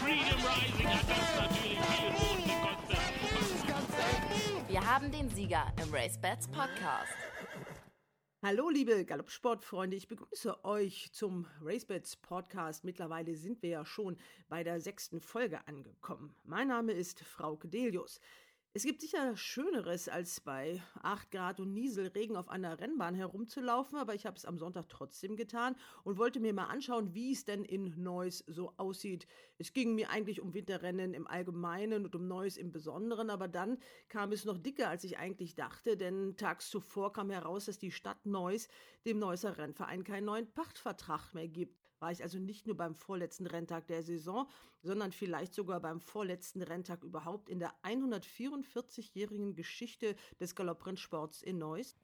Freedom Rising hat das natürlich viel Boden gekostet. Wir haben den Sieger im RaceBets Podcast. Hallo liebe Galoppsportfreunde, ich begrüße euch zum RaceBets Podcast. Mittlerweile sind wir ja schon bei der 6. Folge angekommen. Mein Name ist Frauke Delius. Es gibt sicher Schöneres, als bei 8 Grad und Nieselregen auf einer Rennbahn herumzulaufen, aber ich habe es am Sonntag trotzdem getan und wollte mir mal anschauen, wie es denn in Neuss so aussieht. Es ging mir eigentlich um Winterrennen im Allgemeinen und um Neuss im Besonderen, aber dann kam es noch dicker, als ich eigentlich dachte, denn tags zuvor kam heraus, dass die Stadt Neuss dem Neusser Rennverein keinen neuen Pachtvertrag mehr gibt. War ich also nicht nur beim vorletzten Renntag der Saison, sondern vielleicht sogar beim vorletzten Renntag überhaupt in der 144-jährigen Geschichte des Galopprennsports in Neuss.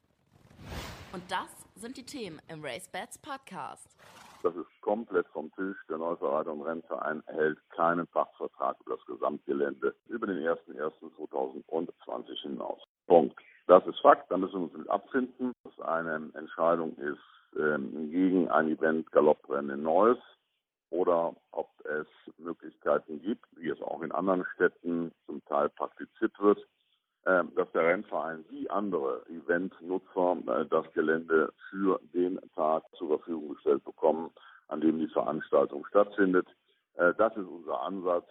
Und das sind die Themen im RaceBets Podcast. Das ist komplett vom Tisch. Der Neusser Reiter- und Rennverein erhält keinen Pachtvertrag über das Gesamtgelände über den 01.01.2020 hinaus. Punkt. Das ist Fakt, da müssen wir uns mit abfinden. Das eine Entscheidung ist gegen ein Event Galopprennen in Neuss oder ob es Möglichkeiten gibt, wie es auch in anderen Städten zum Teil praktiziert wird, dass der Rennverein wie andere Eventnutzer das Gelände für den Tag zur Verfügung gestellt bekommen, an dem die Veranstaltung stattfindet. Das ist unser Ansatz,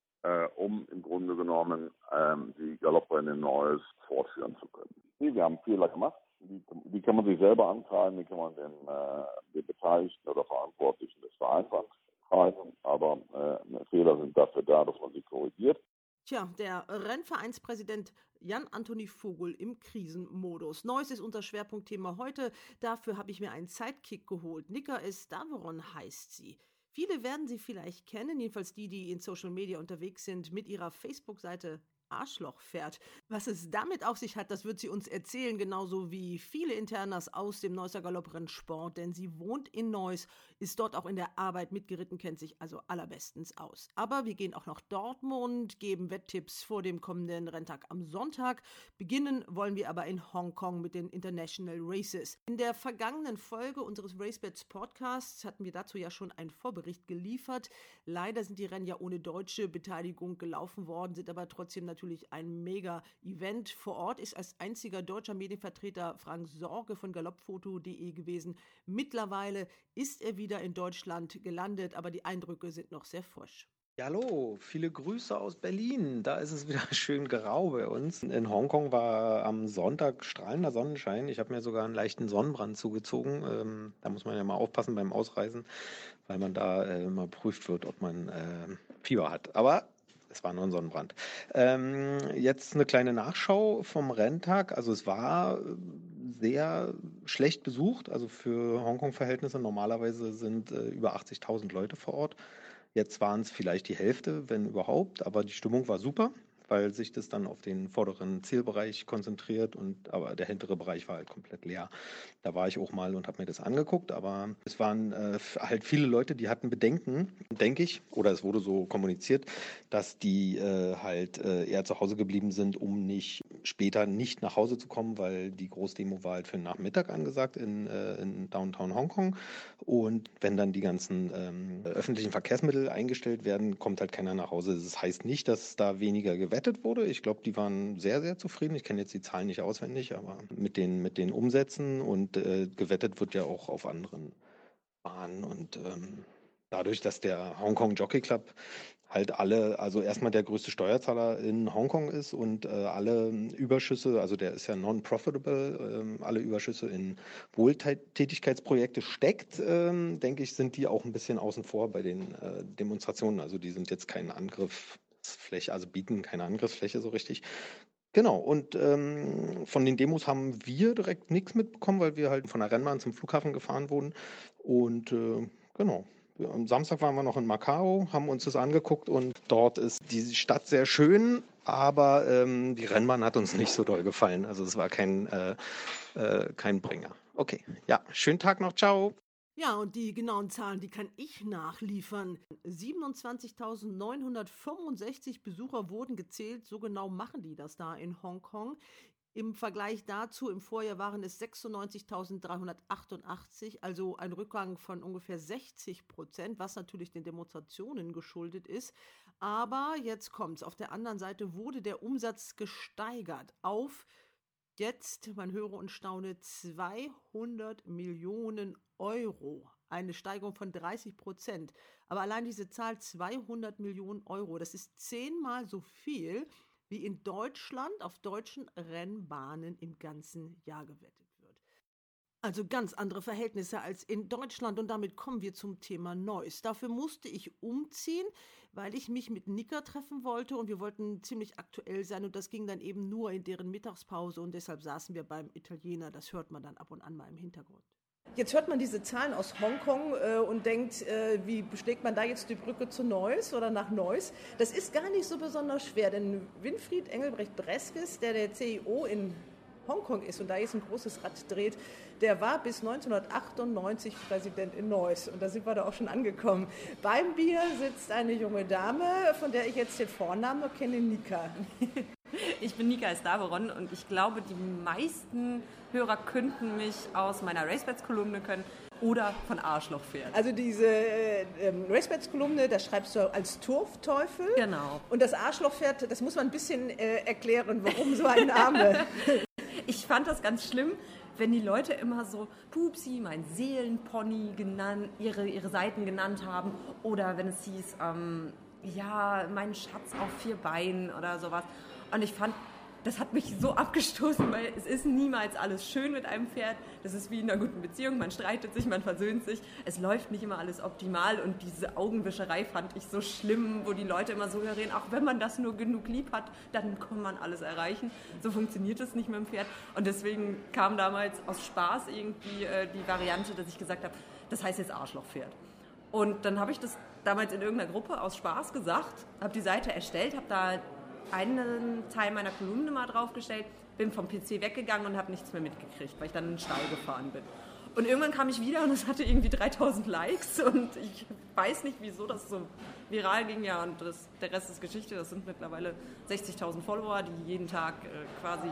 um im Grunde genommen die Galopprennen in Neuss fortführen zu können. Wir haben Fehler gemacht. Die kann man sich selber ankreiden, die kann man den Beteiligten oder Verantwortlichen des Vereins ankreiden, aber Fehler sind dafür da, dass man sie korrigiert. Tja, der Rennvereinspräsident Jan-Anthony Vogel im Krisenmodus. Neuss ist unser Schwerpunktthema heute. Dafür habe ich mir einen Sidekick geholt. Nika Estaveron heißt sie. Viele werden sie vielleicht kennen, jedenfalls die in Social Media unterwegs sind, mit ihrer Facebook-Seite Arschlochpferd. Was es damit auf sich hat, das wird sie uns erzählen, genauso wie viele Internas aus dem Neusser Galopprennsport, denn sie wohnt in Neuss, ist dort auch in der Arbeit mitgeritten, kennt sich also allerbestens aus. Aber wir gehen auch nach Dortmund, geben Wetttipps vor dem kommenden Renntag am Sonntag. Beginnen wollen wir aber in Hongkong mit den International Races. In der vergangenen Folge unseres RaceBets Podcasts hatten wir dazu ja schon einen Vorbericht geliefert. Leider sind die Rennen ja ohne deutsche Beteiligung gelaufen worden, sind aber trotzdem natürlich ein Mega-Event. Vor Ort ist als einziger deutscher Medienvertreter Frank Sorge von galoppfoto.de gewesen. Mittlerweile ist er wieder in Deutschland gelandet, aber die Eindrücke sind noch sehr frisch. Ja, hallo, viele Grüße aus Berlin. Da ist es wieder schön grau bei uns. In Hongkong war am Sonntag strahlender Sonnenschein. Ich habe mir sogar einen leichten Sonnenbrand zugezogen. Da muss man ja mal aufpassen beim Ausreisen, weil man da mal prüft wird, ob man Fieber hat. Aber es war nur ein Sonnenbrand. Jetzt eine kleine Nachschau vom Renntag. Also es war sehr schlecht besucht. Also für Hongkong-Verhältnisse normalerweise sind über 80.000 Leute vor Ort. Jetzt waren es vielleicht die Hälfte, wenn überhaupt, aber die Stimmung war super, weil sich das dann auf den vorderen Zielbereich konzentriert aber der hintere Bereich war halt komplett leer. Da war ich auch mal und habe mir das angeguckt, aber es waren halt viele Leute, die hatten Bedenken, denke ich, oder es wurde so kommuniziert, dass die halt eher zu Hause geblieben sind, um später nicht nach Hause zu kommen, weil die Großdemo war halt für den Nachmittag angesagt in Downtown Hongkong und wenn dann die ganzen öffentlichen Verkehrsmittel eingestellt werden, kommt halt keiner nach Hause. Das heißt nicht, dass da weniger gewettet wurde. Ich glaube, die waren sehr, sehr zufrieden. Ich kenne jetzt die Zahlen nicht auswendig, aber mit den Umsätzen und gewettet wird ja auch auf anderen Bahnen. Und dadurch, dass der Hongkong Jockey Club halt also erstmal der größte Steuerzahler in Hongkong ist und alle Überschüsse, also der ist ja non-profitable, alle Überschüsse in Wohltätigkeitsprojekte steckt, denke ich, sind die auch ein bisschen außen vor bei den Demonstrationen. Also die sind jetzt kein Angriffsfläche, also bieten keine Angriffsfläche so richtig. Genau, und von den Demos haben wir direkt nichts mitbekommen, weil wir halt von der Rennbahn zum Flughafen gefahren wurden. Und genau. Am Samstag waren wir noch in Macau, haben uns das angeguckt und dort ist die Stadt sehr schön, aber die Rennbahn hat uns nicht so doll gefallen. Also es war kein Bringer. Okay, ja, schönen Tag noch, ciao. Ja, und die genauen Zahlen, die kann ich nachliefern. 27.965 Besucher wurden gezählt, so genau machen die das da in Hongkong. Im Vergleich dazu, im Vorjahr waren es 96.388, also ein Rückgang von ungefähr 60%, was natürlich den Demonstrationen geschuldet ist. Aber jetzt kommt's. Auf der anderen Seite wurde der Umsatz gesteigert auf jetzt, man höre und staune, 200 Millionen Euro. Eine Steigerung von 30%. Aber allein diese Zahl 200 Millionen Euro, das ist 10-mal so viel, wie in Deutschland auf deutschen Rennbahnen im ganzen Jahr gewettet wird. Also ganz andere Verhältnisse als in Deutschland und damit kommen wir zum Thema Neuss. Dafür musste ich umziehen, weil ich mich mit Nika treffen wollte und wir wollten ziemlich aktuell sein und das ging dann eben nur in deren Mittagspause und deshalb saßen wir beim Italiener, das hört man dann ab und an mal im Hintergrund. Jetzt hört man diese Zahlen aus Hongkong und denkt, wie schlägt man da jetzt die Brücke zu Neuss oder nach Neuss? Das ist gar nicht so besonders schwer, denn Winfried Engelbrecht-Breskes, der CEO in Hongkong ist und da jetzt ein großes Rad dreht, der war bis 1998 Präsident in Neuss und da sind wir da auch schon angekommen. Beim Bier sitzt eine junge Dame, von der ich jetzt den Vornamen noch kenne, Nika. Ich bin Nika Estaveron und ich glaube, die meisten Hörer könnten mich aus meiner RaceBets-Kolumne kennen oder von Arschlochpferd. Also diese RaceBets-Kolumne, das schreibst du als Turfteufel. Genau. Und das Arschlochpferd, das muss man ein bisschen erklären, warum so ein Name. Ich fand das ganz schlimm, wenn die Leute immer so Pupsi, mein Seelenpony genannt, ihre Seiten genannt haben oder wenn es hieß, ja, mein Schatz auf 4 Beinen oder sowas. Und ich fand, das hat mich so abgestoßen, weil es ist niemals alles schön mit einem Pferd. Das ist wie in einer guten Beziehung, man streitet sich, man versöhnt sich. Es läuft nicht immer alles optimal und diese Augenwischerei fand ich so schlimm, wo die Leute immer so reden, auch wenn man das nur genug lieb hat, dann kann man alles erreichen. So funktioniert es nicht mit dem Pferd. Und deswegen kam damals aus Spaß irgendwie die Variante, dass ich gesagt habe, das heißt jetzt Arschlochpferd. Und dann habe ich das damals in irgendeiner Gruppe aus Spaß gesagt, habe die Seite erstellt, habe da einen Teil meiner Kolumne mal draufgestellt, bin vom PC weggegangen und habe nichts mehr mitgekriegt, weil ich dann in den Stall gefahren bin. Und irgendwann kam ich wieder und es hatte irgendwie 3000 Likes und ich weiß nicht, wieso das so viral ging. Ja, und der Rest ist Geschichte. Das sind mittlerweile 60.000 Follower, die jeden Tag quasi...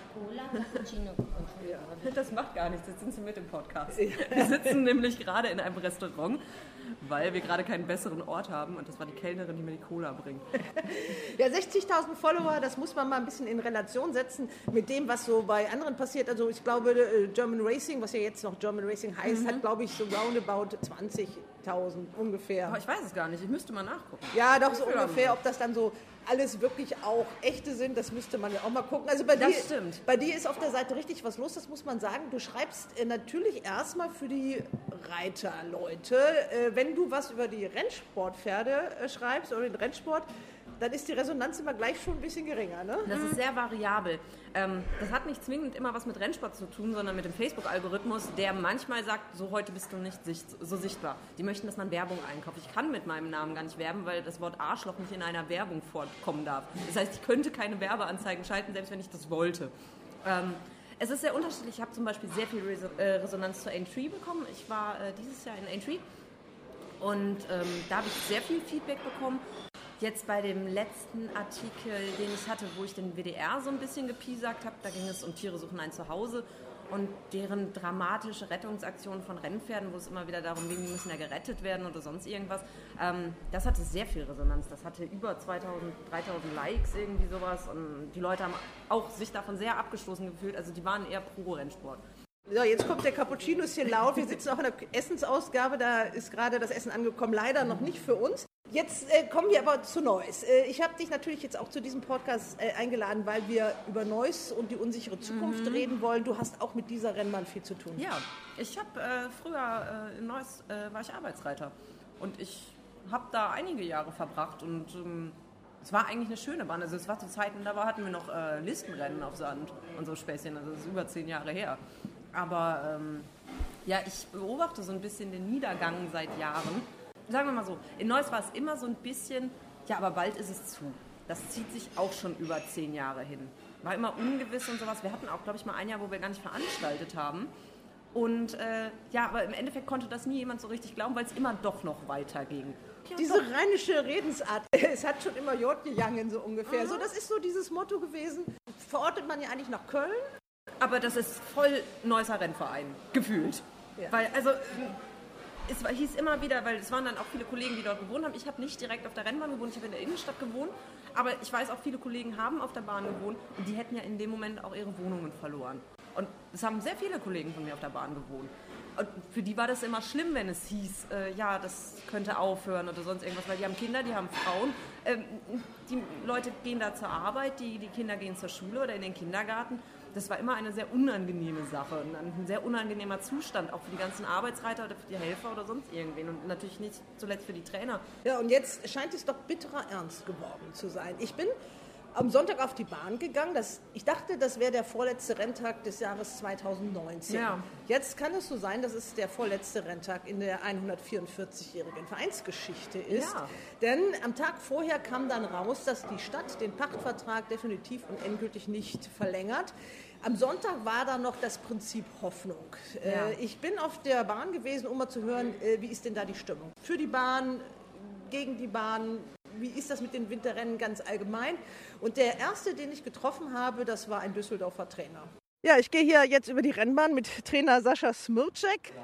Das macht gar nichts, jetzt sind sie mit im Podcast. Wir sitzen nämlich gerade in einem Restaurant, weil wir gerade keinen besseren Ort haben und das war die Kellnerin, die mir die Cola bringt. Ja, 60.000 Follower, das muss man mal ein bisschen in Relation setzen mit dem, was so bei anderen passiert. Also ich glaube, German Racing, was ja jetzt noch German Racing heißt, hat, glaube ich, so roundabout 20.000 ungefähr. Aber ich weiß es gar nicht, ich müsste mal nachgucken. Ja, doch so ungefähr, ob das dann so alles wirklich auch echte sind, das müsste man ja auch mal gucken. Also bei dir ist auf der Seite richtig was los, das muss man sagen. Du schreibst natürlich erstmal für die Reiterleute. Wenn du was über die Rennsportpferde schreibst oder den Rennsport, dann ist die Resonanz immer gleich schon ein bisschen geringer, ne? Das ist sehr variabel. Das hat nicht zwingend immer was mit Rennsport zu tun, sondern mit dem Facebook-Algorithmus, der manchmal sagt, so heute bist du nicht so sichtbar. Die möchten, dass man Werbung einkauft. Ich kann mit meinem Namen gar nicht werben, weil das Wort Arschloch nicht in einer Werbung vorkommen darf. Das heißt, ich könnte keine Werbeanzeigen schalten, selbst wenn ich das wollte. Es ist sehr unterschiedlich. Ich habe zum Beispiel sehr viel Resonanz zu Aintree bekommen. Ich war dieses Jahr in Aintree und da habe ich sehr viel Feedback bekommen. Jetzt bei dem letzten Artikel, den ich hatte, wo ich den WDR so ein bisschen gepiesackt habe, da ging es um Tiere suchen ein Zuhause und deren dramatische Rettungsaktionen von Rennpferden, wo es immer wieder darum ging, die müssen ja gerettet werden oder sonst irgendwas. Das hatte sehr viel Resonanz. Das hatte über 2.000, 3.000 Likes, irgendwie sowas. Und die Leute haben auch sich davon sehr abgestoßen gefühlt. Also die waren eher pro Rennsport. So, jetzt kommt der Cappuccino, ist hier laut. Wir sitzen auch in der Essensausgabe, da ist gerade das Essen angekommen. Leider noch nicht für uns. Jetzt kommen wir aber zu Neuss. Ich habe dich natürlich jetzt auch zu diesem Podcast eingeladen, weil wir über Neuss und die unsichere Zukunft reden wollen. Du hast auch mit dieser Rennbahn viel zu tun. Ja, ich habe früher in Neuss war ich Arbeitsreiter und ich habe da einige Jahre verbracht und es war eigentlich eine schöne Bahn. Also es war zu Zeiten, da hatten wir noch Listenrennen auf Sand und so Späßchen, also das ist über 10 Jahre her. Aber ja, ich beobachte so ein bisschen den Niedergang seit Jahren. Sagen wir mal so, in Neuss war es immer so ein bisschen, ja, aber bald ist es zu. Das zieht sich auch schon über 10 Jahre hin. War immer ungewiss und sowas. Wir hatten auch, glaube ich, mal ein Jahr, wo wir gar nicht veranstaltet haben. Und ja, aber im Endeffekt konnte das nie jemand so richtig glauben, weil es immer doch noch weiterging. Ja, diese rheinische Redensart, es hat schon immer Jod gegangen, so ungefähr. So, das ist so dieses Motto gewesen. verortet man ja eigentlich nach Köln. Aber das ist voll Neusser Rennverein, gefühlt. Ja. Weil, also, hieß immer wieder, weil es waren dann auch viele Kollegen, die dort gewohnt haben. Ich habe nicht direkt auf der Rennbahn gewohnt, ich habe in der Innenstadt gewohnt. Aber ich weiß auch, viele Kollegen haben auf der Bahn gewohnt und die hätten ja in dem Moment auch ihre Wohnungen verloren. Und es haben sehr viele Kollegen von mir auf der Bahn gewohnt. Und für die war das immer schlimm, wenn es hieß, ja, das könnte aufhören oder sonst irgendwas, weil die haben Kinder, die haben Frauen. Die Leute gehen da zur Arbeit, die Kinder gehen zur Schule oder in den Kindergarten. Das war immer eine sehr unangenehme Sache und ein sehr unangenehmer Zustand, auch für die ganzen Arbeitsreiter oder für die Helfer oder sonst irgendwen und natürlich nicht zuletzt für die Trainer. Ja, und jetzt scheint es doch bitterer Ernst geworden zu sein. Ich bin am Sonntag auf die Bahn gegangen. Ich dachte, das wäre der vorletzte Renntag des Jahres 2019. Ja. Jetzt kann es so sein, dass es der vorletzte Renntag in der 144-jährigen Vereinsgeschichte ist. Ja. Denn am Tag vorher kam dann raus, dass die Stadt den Pachtvertrag definitiv und endgültig nicht verlängert. Am Sonntag war da noch das Prinzip Hoffnung. Ja. Ich bin auf der Bahn gewesen, um mal zu hören, wie ist denn da die Stimmung? Für die Bahn, gegen die Bahn? Wie ist das mit den Winterrennen ganz allgemein? Und der erste, den ich getroffen habe, das war ein Düsseldorfer Trainer. Ja, ich gehe hier jetzt über die Rennbahn mit Trainer Sascha Smircek.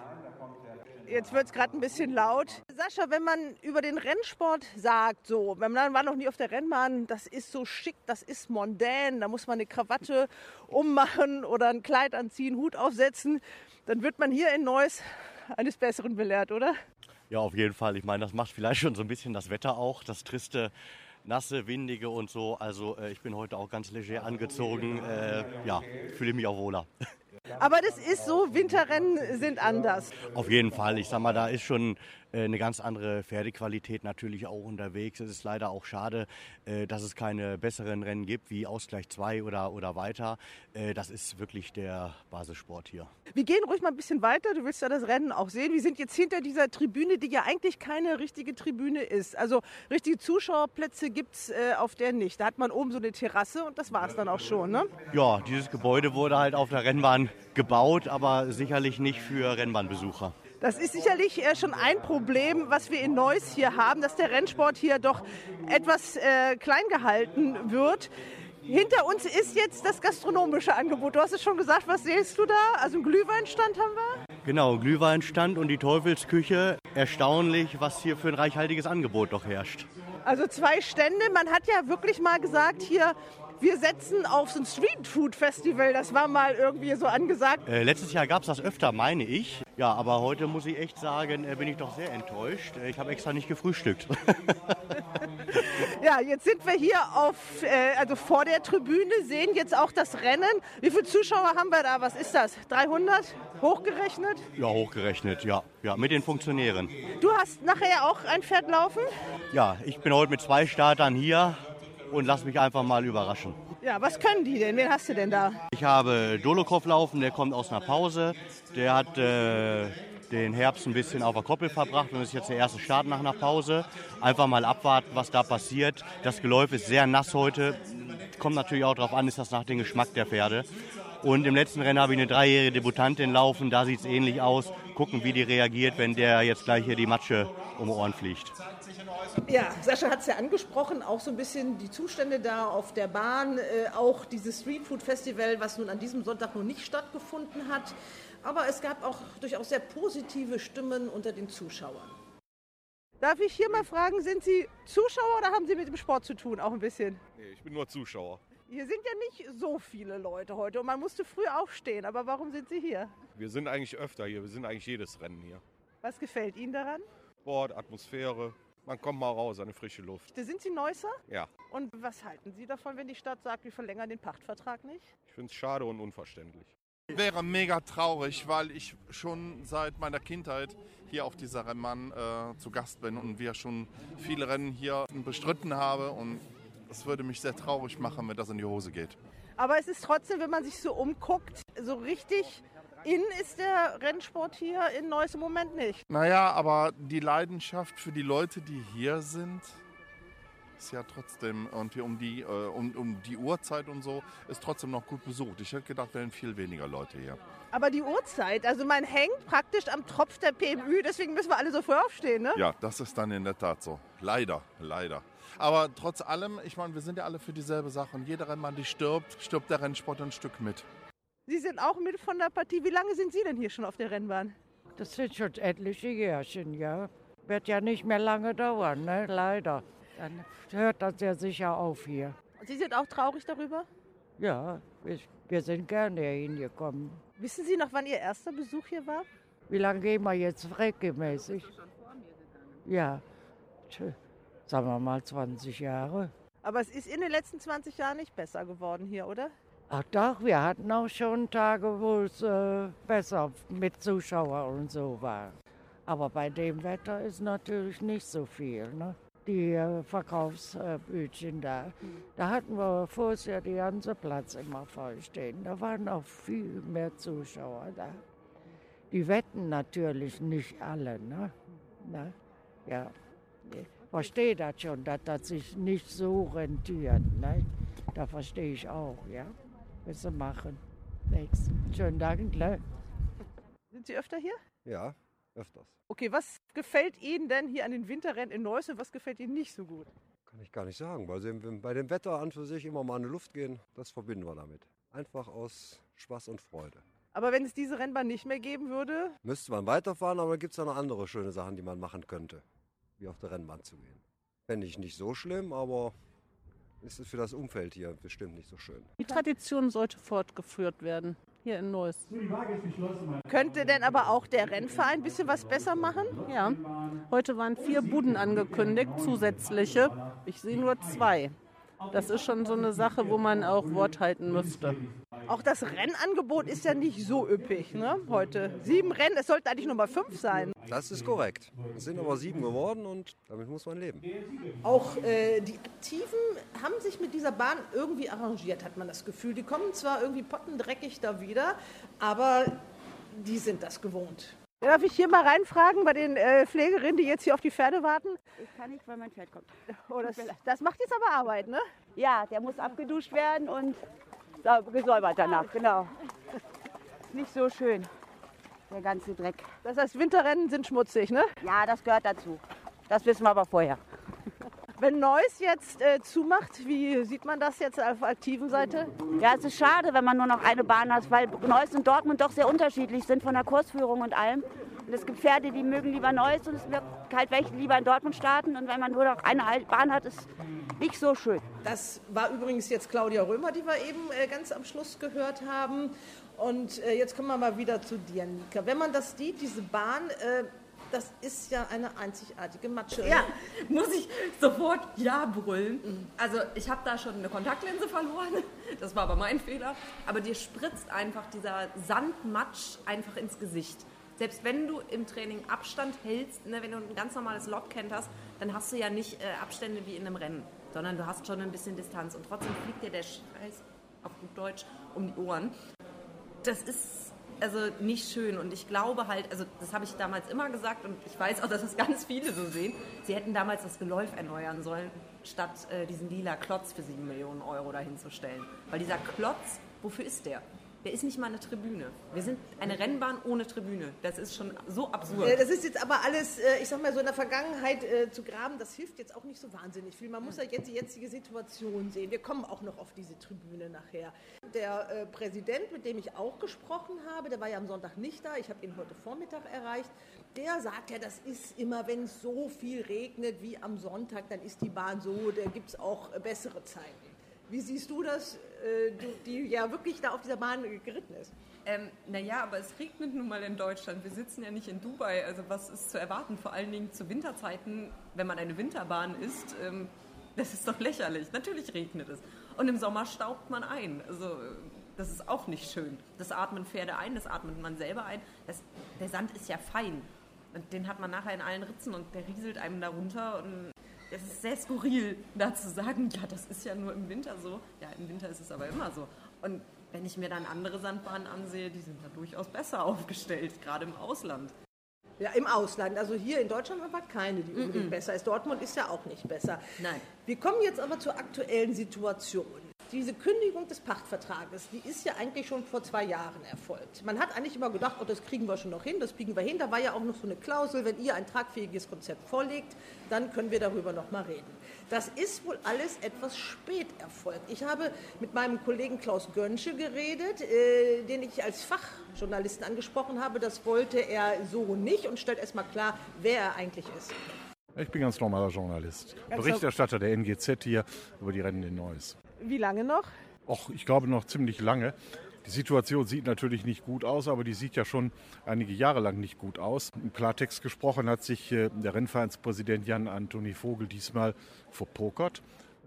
Jetzt wird es gerade ein bisschen laut. Sascha, wenn man über den Rennsport sagt, so, man war noch nie auf der Rennbahn, das ist so schick, das ist mondän, da muss man eine Krawatte ummachen oder ein Kleid anziehen, Hut aufsetzen, dann wird man hier in Neuss eines Besseren belehrt, oder? Ja, auf jeden Fall. Ich meine, das macht vielleicht schon so ein bisschen das Wetter auch, das triste, nasse, windige und so. Also ich bin heute auch ganz leger angezogen. Ja, fühle mich auch wohler. Aber das ist so, Winterrennen sind anders. Auf jeden Fall. Ich sag mal, da ist schon eine ganz andere Pferdequalität natürlich auch unterwegs. Es ist leider auch schade, dass es keine besseren Rennen gibt, wie Ausgleich 2 oder weiter. Das ist wirklich der Basissport hier. Wir gehen ruhig mal ein bisschen weiter. Du willst ja das Rennen auch sehen. Wir sind jetzt hinter dieser Tribüne, die ja eigentlich keine richtige Tribüne ist. Also richtige Zuschauerplätze gibt es auf der nicht. Da hat man oben so eine Terrasse und das war es dann auch schon, ne? Ja, dieses Gebäude wurde halt auf der Rennbahn gebaut, aber sicherlich nicht für Rennbahnbesucher. Das ist sicherlich schon ein Problem, was wir in Neuss hier haben, dass der Rennsport hier doch etwas klein gehalten wird. Hinter uns ist jetzt das gastronomische Angebot. Du hast es schon gesagt, was siehst du da? Also einen Glühweinstand haben wir? Genau, Glühweinstand und die Teufelsküche. Erstaunlich, was hier für ein reichhaltiges Angebot doch herrscht. Also 2 Stände. Man hat ja wirklich mal gesagt, hier, wir setzen auf so ein Streetfood-Festival. Das war mal irgendwie so angesagt. Letztes Jahr gab es das öfter, meine ich. Ja, aber heute muss ich echt sagen, bin ich doch sehr enttäuscht. Ich habe extra nicht gefrühstückt. Ja, jetzt sind wir hier also vor der Tribüne, sehen jetzt auch das Rennen. Wie viele Zuschauer haben wir da? Was ist das? 300? Hochgerechnet? Ja, hochgerechnet, ja. Ja, mit den Funktionären. Du hast nachher auch ein Pferd laufen? Ja, ich bin heute mit 2 Startern hier und lass mich einfach mal überraschen. Ja, was können die denn? Wen hast du denn da? Ich habe Dolokhov laufen, der kommt aus einer Pause. Der hat den Herbst ein bisschen auf der Koppel verbracht und ist jetzt der erste Start nach einer Pause. Einfach mal abwarten, was da passiert. Das Geläuf ist sehr nass heute. Kommt natürlich auch darauf an, ist das nach dem Geschmack der Pferde. Und im letzten Rennen habe ich eine 3-jährige Debutantin laufen. Da sieht es ähnlich aus. Gucken, wie die reagiert, wenn der jetzt gleich hier die Matsche um die Ohren fliegt. Ja, Sascha hat es ja angesprochen, auch so ein bisschen die Zustände da auf der Bahn, auch dieses Streetfood-Festival, was nun an diesem Sonntag noch nicht stattgefunden hat. Aber es gab auch durchaus sehr positive Stimmen unter den Zuschauern. Darf ich hier mal fragen, sind Sie Zuschauer oder haben Sie mit dem Sport zu tun, auch ein bisschen? Nee, ich bin nur Zuschauer. Hier sind ja nicht so viele Leute heute und man musste früh aufstehen, aber warum sind Sie hier? Wir sind eigentlich öfter hier, wir sind eigentlich jedes Rennen hier. Was gefällt Ihnen daran? Sport, Atmosphäre, man kommt mal raus an die frische Luft. Sind Sie Neusser? Ja, Und was halten Sie davon, wenn die Stadt sagt, wir verlängern den Pachtvertrag nicht? ich finde es schade und unverständlich. Wäre mega traurig, weil ich schon seit meiner Kindheit hier auf dieser Rennbahn zu Gast bin und wir schon viele Rennen hier bestritten haben und es würde mich sehr traurig machen, wenn das in die Hose geht. Aber es ist trotzdem, wenn man sich so umguckt, so richtig in ist der Rennsport hier in Neuss im Moment nicht. Naja, aber die Leidenschaft für die Leute, die hier sind, ist ja trotzdem irgendwie um die Uhrzeit und so, ist trotzdem noch gut besucht. Ich hätte gedacht, wären viel weniger Leute hier. Aber die Uhrzeit, also man hängt praktisch am Tropf der PMÜ, deswegen müssen wir alle so früh aufstehen, ne? Ja, das ist dann in der Tat so. Leider, leider. Aber trotz allem, ich meine, wir sind ja alle für dieselbe Sache. Und jeder Rennmann, die stirbt der Rennsport ein Stück mit. Sie sind auch mit von der Partie. Wie lange sind Sie denn hier schon auf der Rennbahn? Das sind schon etliche Jährchen, ja. Wird ja nicht mehr lange dauern, ne? Leider. Dann hört das ja sicher auf hier. Und Sie sind auch traurig darüber? Ja, wir sind gerne hier hingekommen. Wissen Sie noch, wann Ihr erster Besuch hier war? Wie lange gehen wir jetzt regelmäßig? Ja, sagen wir mal 20 Jahre. Aber es ist in den letzten 20 Jahren nicht besser geworden hier, oder? Ach doch, wir hatten auch schon Tage, wo es besser mit Zuschauern und so war. Aber bei dem Wetter ist natürlich nicht so viel, ne? Die Verkaufsbütchen da. Da hatten wir vorher den ganzen Platz immer voll stehen. Da waren auch viel mehr Zuschauer da. Die wetten natürlich nicht alle, ne? Na, ja, ich verstehe das schon, dass das sich nicht so rentiert, ne? Da verstehe ich auch, ja. Was sie machen. Nichts. Schönen Dank, ne? Sind Sie öfter hier? Ja, öfters. Okay, was gefällt Ihnen denn hier an den Winterrennen in Neuss und was gefällt Ihnen nicht so gut? Kann ich gar nicht sagen, weil bei dem Wetter an für sich immer mal in die Luft gehen, das verbinden wir damit. Einfach aus Spaß und Freude. Aber wenn es diese Rennbahn nicht mehr geben würde? Müsste man weiterfahren, aber gibt es ja noch andere schöne Sachen, die man machen könnte, wie auf der Rennbahn zu gehen. Fände ich nicht so schlimm, aber es ist für das Umfeld hier bestimmt nicht so schön. Die Tradition sollte fortgeführt werden, hier in Neuss. Könnte denn aber auch der Rennverein ein bisschen was besser machen? Ja, heute waren 4 Buden angekündigt, zusätzliche. Ich sehe nur 2. Das ist schon so eine Sache, wo man auch Wort halten müsste. Auch das Rennangebot ist ja nicht so üppig, ne? Heute 7 Rennen, es sollten eigentlich Nummer 5 sein. Das ist korrekt. Es sind aber 7 geworden und damit muss man leben. Auch die Aktiven haben sich mit dieser Bahn irgendwie arrangiert, hat man das Gefühl. Die kommen zwar irgendwie pottendreckig da wieder, aber die sind das gewohnt. Darf ich hier mal reinfragen bei den Pflegerinnen, die jetzt hier auf die Pferde warten? Ich kann nicht, weil mein Pferd kommt. Oh, das macht jetzt aber Arbeit, ne? Ja, der muss abgeduscht werden und gesäubert danach, genau. Nicht so schön, der ganze Dreck. Das heißt, Winterrennen sind schmutzig, ne? Ja, das gehört dazu. Das wissen wir aber vorher. Wenn Neuss jetzt zumacht, wie sieht man das jetzt auf der aktiven Seite? Ja, es ist schade, wenn man nur noch eine Bahn hat, weil Neuss und Dortmund doch sehr unterschiedlich sind von der Kursführung und allem. Und es gibt Pferde, die mögen lieber Neuss und es gibt halt welche, die lieber in Dortmund starten. Und wenn man nur noch eine Bahn hat, ist nicht so schön. Das war übrigens jetzt Claudia Römer, die wir eben ganz am Schluss gehört haben. Und jetzt kommen wir mal wieder zu dir, Nika. Wenn man das sieht, diese Bahn, das ist ja eine einzigartige Matsche. Ja, muss ich sofort ja brüllen. Also ich habe da schon eine Kontaktlinse verloren, das war aber mein Fehler. Aber dir spritzt einfach dieser Sandmatsch einfach ins Gesicht. Selbst wenn du im Training Abstand hältst, ne, wenn du ein ganz normales Lobcant hast, dann hast du ja nicht Abstände wie in einem Rennen, sondern du hast schon ein bisschen Distanz. Und trotzdem fliegt dir der Scheiß, auf gut Deutsch, um die Ohren. Das ist also nicht schön und ich glaube halt, also das habe ich damals immer gesagt und ich weiß auch, dass das ganz viele so sehen, sie hätten damals das Geläuf erneuern sollen, statt diesen lila Klotz für 7 Millionen Euro dahinzustellen. Weil dieser Klotz, wofür ist der? Der ist nicht mal eine Tribüne. Wir sind eine Rennbahn ohne Tribüne. Das ist schon so absurd. Das ist jetzt aber alles, ich sag mal so in der Vergangenheit zu graben, das hilft jetzt auch nicht so wahnsinnig viel. Man muss ja jetzt die jetzige Situation sehen. Wir kommen auch noch auf diese Tribüne nachher. Der Präsident, mit dem ich auch gesprochen habe, der war ja am Sonntag nicht da, ich habe ihn heute Vormittag erreicht, der sagt ja, das ist immer, wenn es so viel regnet wie am Sonntag, dann ist die Bahn so, da gibt es auch bessere Zeiten. Wie siehst du das, die ja wirklich da auf dieser Bahn geritten ist? Naja, aber es regnet nun mal in Deutschland. Wir sitzen ja nicht in Dubai. Also was ist zu erwarten? Vor allen Dingen zu Winterzeiten, wenn man eine Winterbahn ist, das ist doch lächerlich. Natürlich regnet es. Und im Sommer staubt man ein. Also das ist auch nicht schön. Das atmen Pferde ein, das atmet man selber ein. Der Sand ist ja fein. Und den hat man nachher in allen Ritzen und der rieselt einem da runter. Und es ist sehr skurril, da zu sagen, ja, das ist ja nur im Winter so. Ja, im Winter ist es aber immer so. Und wenn ich mir dann andere Sandbahnen ansehe, die sind da durchaus besser aufgestellt, gerade im Ausland. Ja, im Ausland. Also hier in Deutschland aber keine, die unbedingt besser ist. Dortmund ist ja auch nicht besser. Nein. Wir kommen jetzt aber zur aktuellen Situation. Diese Kündigung des Pachtvertrages, die ist ja eigentlich schon vor 2 Jahren erfolgt. Man hat eigentlich immer gedacht, oh, das kriegen wir schon noch hin, das kriegen wir hin. Da war ja auch noch so eine Klausel, wenn ihr ein tragfähiges Konzept vorlegt, dann können wir darüber noch mal reden. Das ist wohl alles etwas spät erfolgt. Ich habe mit meinem Kollegen Klaus Gönsche geredet, den ich als Fachjournalisten angesprochen habe. Das wollte er so nicht und stellt erst mal klar, wer er eigentlich ist. Ich bin ganz normaler Journalist. Berichterstatter der NGZ hier über die Rennen in Neuss. Wie lange noch? Och, ich glaube noch ziemlich lange. Die Situation sieht natürlich nicht gut aus, aber die sieht ja schon einige Jahre lang nicht gut aus. Im Klartext gesprochen hat sich der Rennvereinspräsident Jan-Anthony Vogel diesmal verpokert.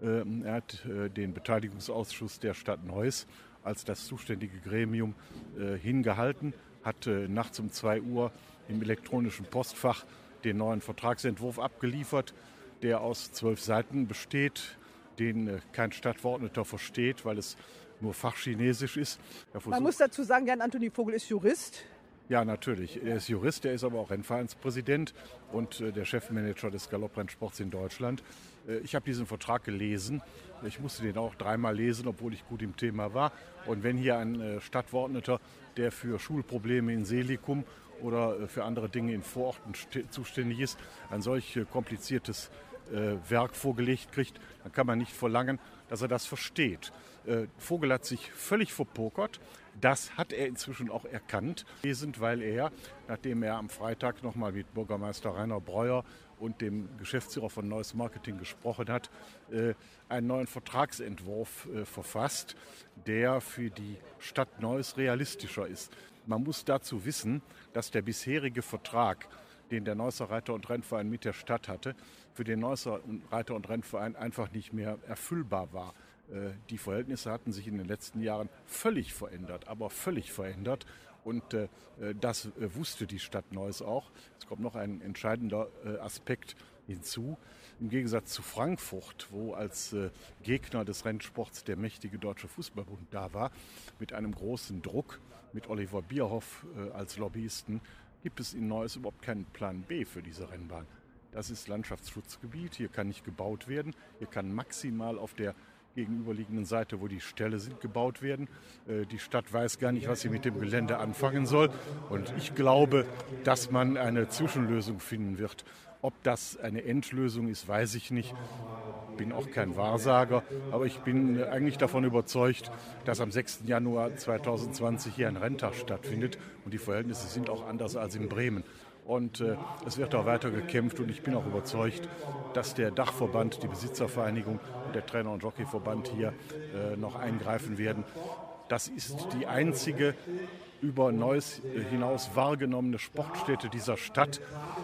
Er hat den Beteiligungsausschuss der Stadt Neuss als das zuständige Gremium hingehalten, hat nachts um 2 Uhr im elektronischen Postfach den neuen Vertragsentwurf abgeliefert, der aus 12 Seiten besteht, den kein Stadtverordneter versteht, weil es nur Fachchinesisch ist. Man muss dazu sagen, Jan-Anthony Vogel ist Jurist. Ja, natürlich. Er ist Jurist, er ist aber auch Rennvereinspräsident und der Chefmanager des Galopprennsports in Deutschland. Ich habe diesen Vertrag gelesen. Ich musste den auch 3-mal lesen, obwohl ich gut im Thema war. Und wenn hier ein Stadtverordneter, der für Schulprobleme in Selikum oder für andere Dinge in Vororten zuständig ist, ein solch kompliziertes Werk vorgelegt kriegt, dann kann man nicht verlangen, dass er das versteht. Vogel hat sich völlig verpokert. Das hat er inzwischen auch erkannt, weil er, nachdem er am Freitag nochmal mit Bürgermeister Rainer Breuer und dem Geschäftsführer von Neuss Marketing gesprochen hat, einen neuen Vertragsentwurf verfasst, der für die Stadt Neuss realistischer ist. Man muss dazu wissen, dass der bisherige Vertrag, den der Neusser Reiter- und Rennverein mit der Stadt hatte, für den Neusser Reiter- und Rennverein einfach nicht mehr erfüllbar war. Die Verhältnisse hatten sich in den letzten Jahren völlig verändert, aber völlig verändert. Und das wusste die Stadt Neuss auch. Es kommt noch ein entscheidender Aspekt hinzu. Im Gegensatz zu Frankfurt, wo als Gegner des Rennsports der mächtige Deutsche Fußballbund da war, mit einem großen Druck, mit Oliver Bierhoff als Lobbyisten, gibt es in Neuss überhaupt keinen Plan B für diese Rennbahn. Das ist Landschaftsschutzgebiet, hier kann nicht gebaut werden, hier kann maximal auf der gegenüberliegenden Seite, wo die Ställe sind, gebaut werden. Die Stadt weiß gar nicht, was sie mit dem Gelände anfangen soll. Und ich glaube, dass man eine Zwischenlösung finden wird. Ob das eine Endlösung ist, weiß ich nicht. Ich bin auch kein Wahrsager, aber ich bin eigentlich davon überzeugt, dass am 6. Januar 2020 hier ein Renntag stattfindet. Und die Verhältnisse sind auch anders als in Bremen. Und es wird auch weiter gekämpft und ich bin auch überzeugt, dass der Dachverband, die Besitzervereinigung und der Trainer- und Jockeyverband hier noch eingreifen werden. Das ist die einzige über Neuss hinaus wahrgenommene Sportstätte dieser Stadt.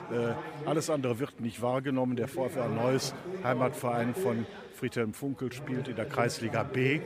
Alles andere wird nicht wahrgenommen. Der VfR Neuss, Heimatverein von Friedhelm Funkel, spielt in der Kreisliga B.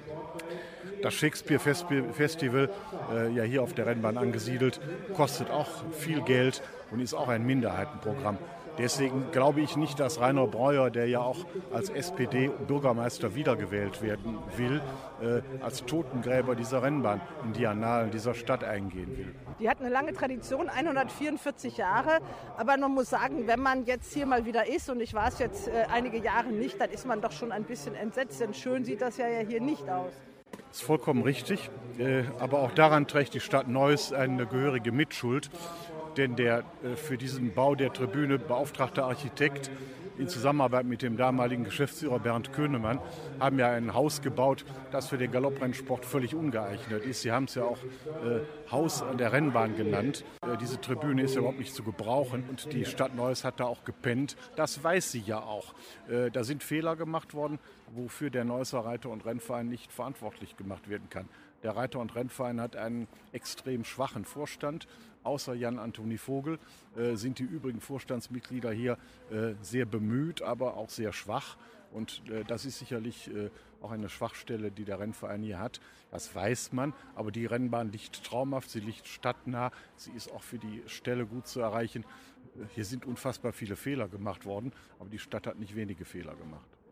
Das Shakespeare-Festival, ja hier auf der Rennbahn angesiedelt, kostet auch viel Geld und ist auch ein Minderheitenprogramm. Deswegen glaube ich nicht, dass Rainer Breuer, der ja auch als SPD-Bürgermeister wiedergewählt werden will, als Totengräber dieser Rennbahn in die Annalen dieser Stadt eingehen will. Die hat eine lange Tradition, 144 Jahre. Aber man muss sagen, wenn man jetzt hier mal wieder ist, und ich war es jetzt einige Jahre nicht, dann ist man doch schon ein bisschen entsetzt, denn schön sieht das ja hier nicht aus. Das ist vollkommen richtig, aber auch daran trägt die Stadt Neuss eine gehörige Mitschuld, denn der für diesen Bau der Tribüne beauftragte Architekt in Zusammenarbeit mit dem damaligen Geschäftsführer Bernd Könemann haben ja ein Haus gebaut, das für den Galopprennsport völlig ungeeignet ist. Sie haben es ja auch Haus an der Rennbahn genannt. Diese Tribüne ist ja überhaupt nicht zu gebrauchen und die Stadt Neuss hat da auch gepennt. Das weiß sie ja auch. Da sind Fehler gemacht worden, wofür der Neusser Reiter- und Rennverein nicht verantwortlich gemacht werden kann. Der Reiter- und Rennverein hat einen extrem schwachen Vorstand. Außer Jan-Anthony Vogel sind die übrigen Vorstandsmitglieder hier sehr bemüht, aber auch sehr schwach. Und das ist sicherlich auch eine Schwachstelle, die der Rennverein hier hat. Das weiß man, aber die Rennbahn liegt traumhaft, sie liegt stadtnah, sie ist auch für die Ställe gut zu erreichen. Hier sind unfassbar viele Fehler gemacht worden, aber die Stadt hat nicht wenige Fehler gemacht.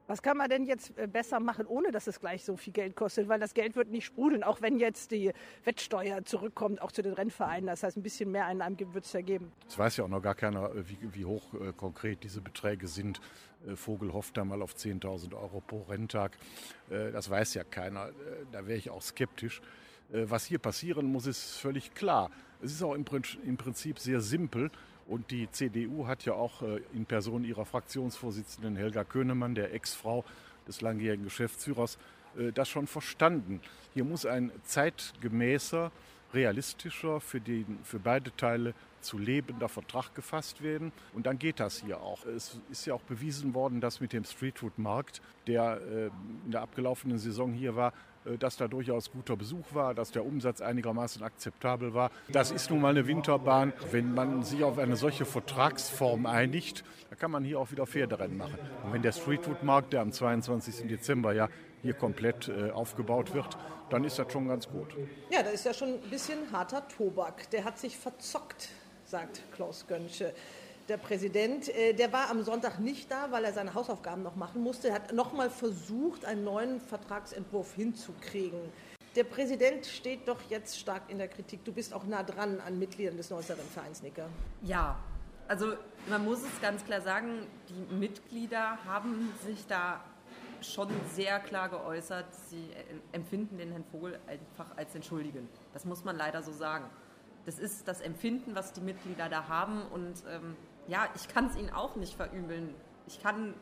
Was kann man denn jetzt besser machen, ohne dass es gleich so viel Geld kostet? Weil das Geld wird nicht sprudeln, auch wenn jetzt die Wettsteuer zurückkommt, auch zu den Rennvereinen. Das heißt, ein bisschen mehr Einnahmen wird es ja geben. Es weiß ja auch noch gar keiner, wie hoch konkret diese Beträge sind. Vogel hofft da mal auf 10.000 Euro pro Renntag. Das weiß ja keiner. Da wäre ich auch skeptisch. Was hier passieren muss, ist völlig klar. Es ist auch im Prinzip sehr simpel. Und die CDU hat ja auch in Person ihrer Fraktionsvorsitzenden Helga Könemann, der Ex-Frau des langjährigen Geschäftsführers, das schon verstanden. Hier muss ein zeitgemäßer, realistischer, für beide Teile zu lebender Vertrag gefasst werden. Und dann geht das hier auch. Es ist ja auch bewiesen worden, dass mit dem Streetfood-Markt, der in der abgelaufenen Saison hier war, dass da durchaus guter Besuch war, dass der Umsatz einigermaßen akzeptabel war. Das ist nun mal eine Winterbahn. Wenn man sich auf eine solche Vertragsform einigt, dann kann man hier auch wieder Pferderennen machen. Und wenn der Streetfood-Markt, der am 22. Dezember ja hier komplett aufgebaut wird, dann ist das schon ganz gut. Ja, das ist ja schon ein bisschen harter Tobak. Der hat sich verzockt, sagt Klaus Gönczi. Der Präsident, der war am Sonntag nicht da, weil er seine Hausaufgaben noch machen musste. Er hat noch mal versucht, einen neuen Vertragsentwurf hinzukriegen. Der Präsident steht doch jetzt stark in der Kritik. Du bist auch nah dran an Mitgliedern des Neusser Rennvereins, Nika. Ja, also man muss es ganz klar sagen, die Mitglieder haben sich da schon sehr klar geäußert. Sie empfinden den Herrn Vogel einfach als den Schuldigen. Das muss man leider so sagen. Das ist das Empfinden, was die Mitglieder da haben und ja, ich kann es ihnen auch nicht verübeln. Ich kann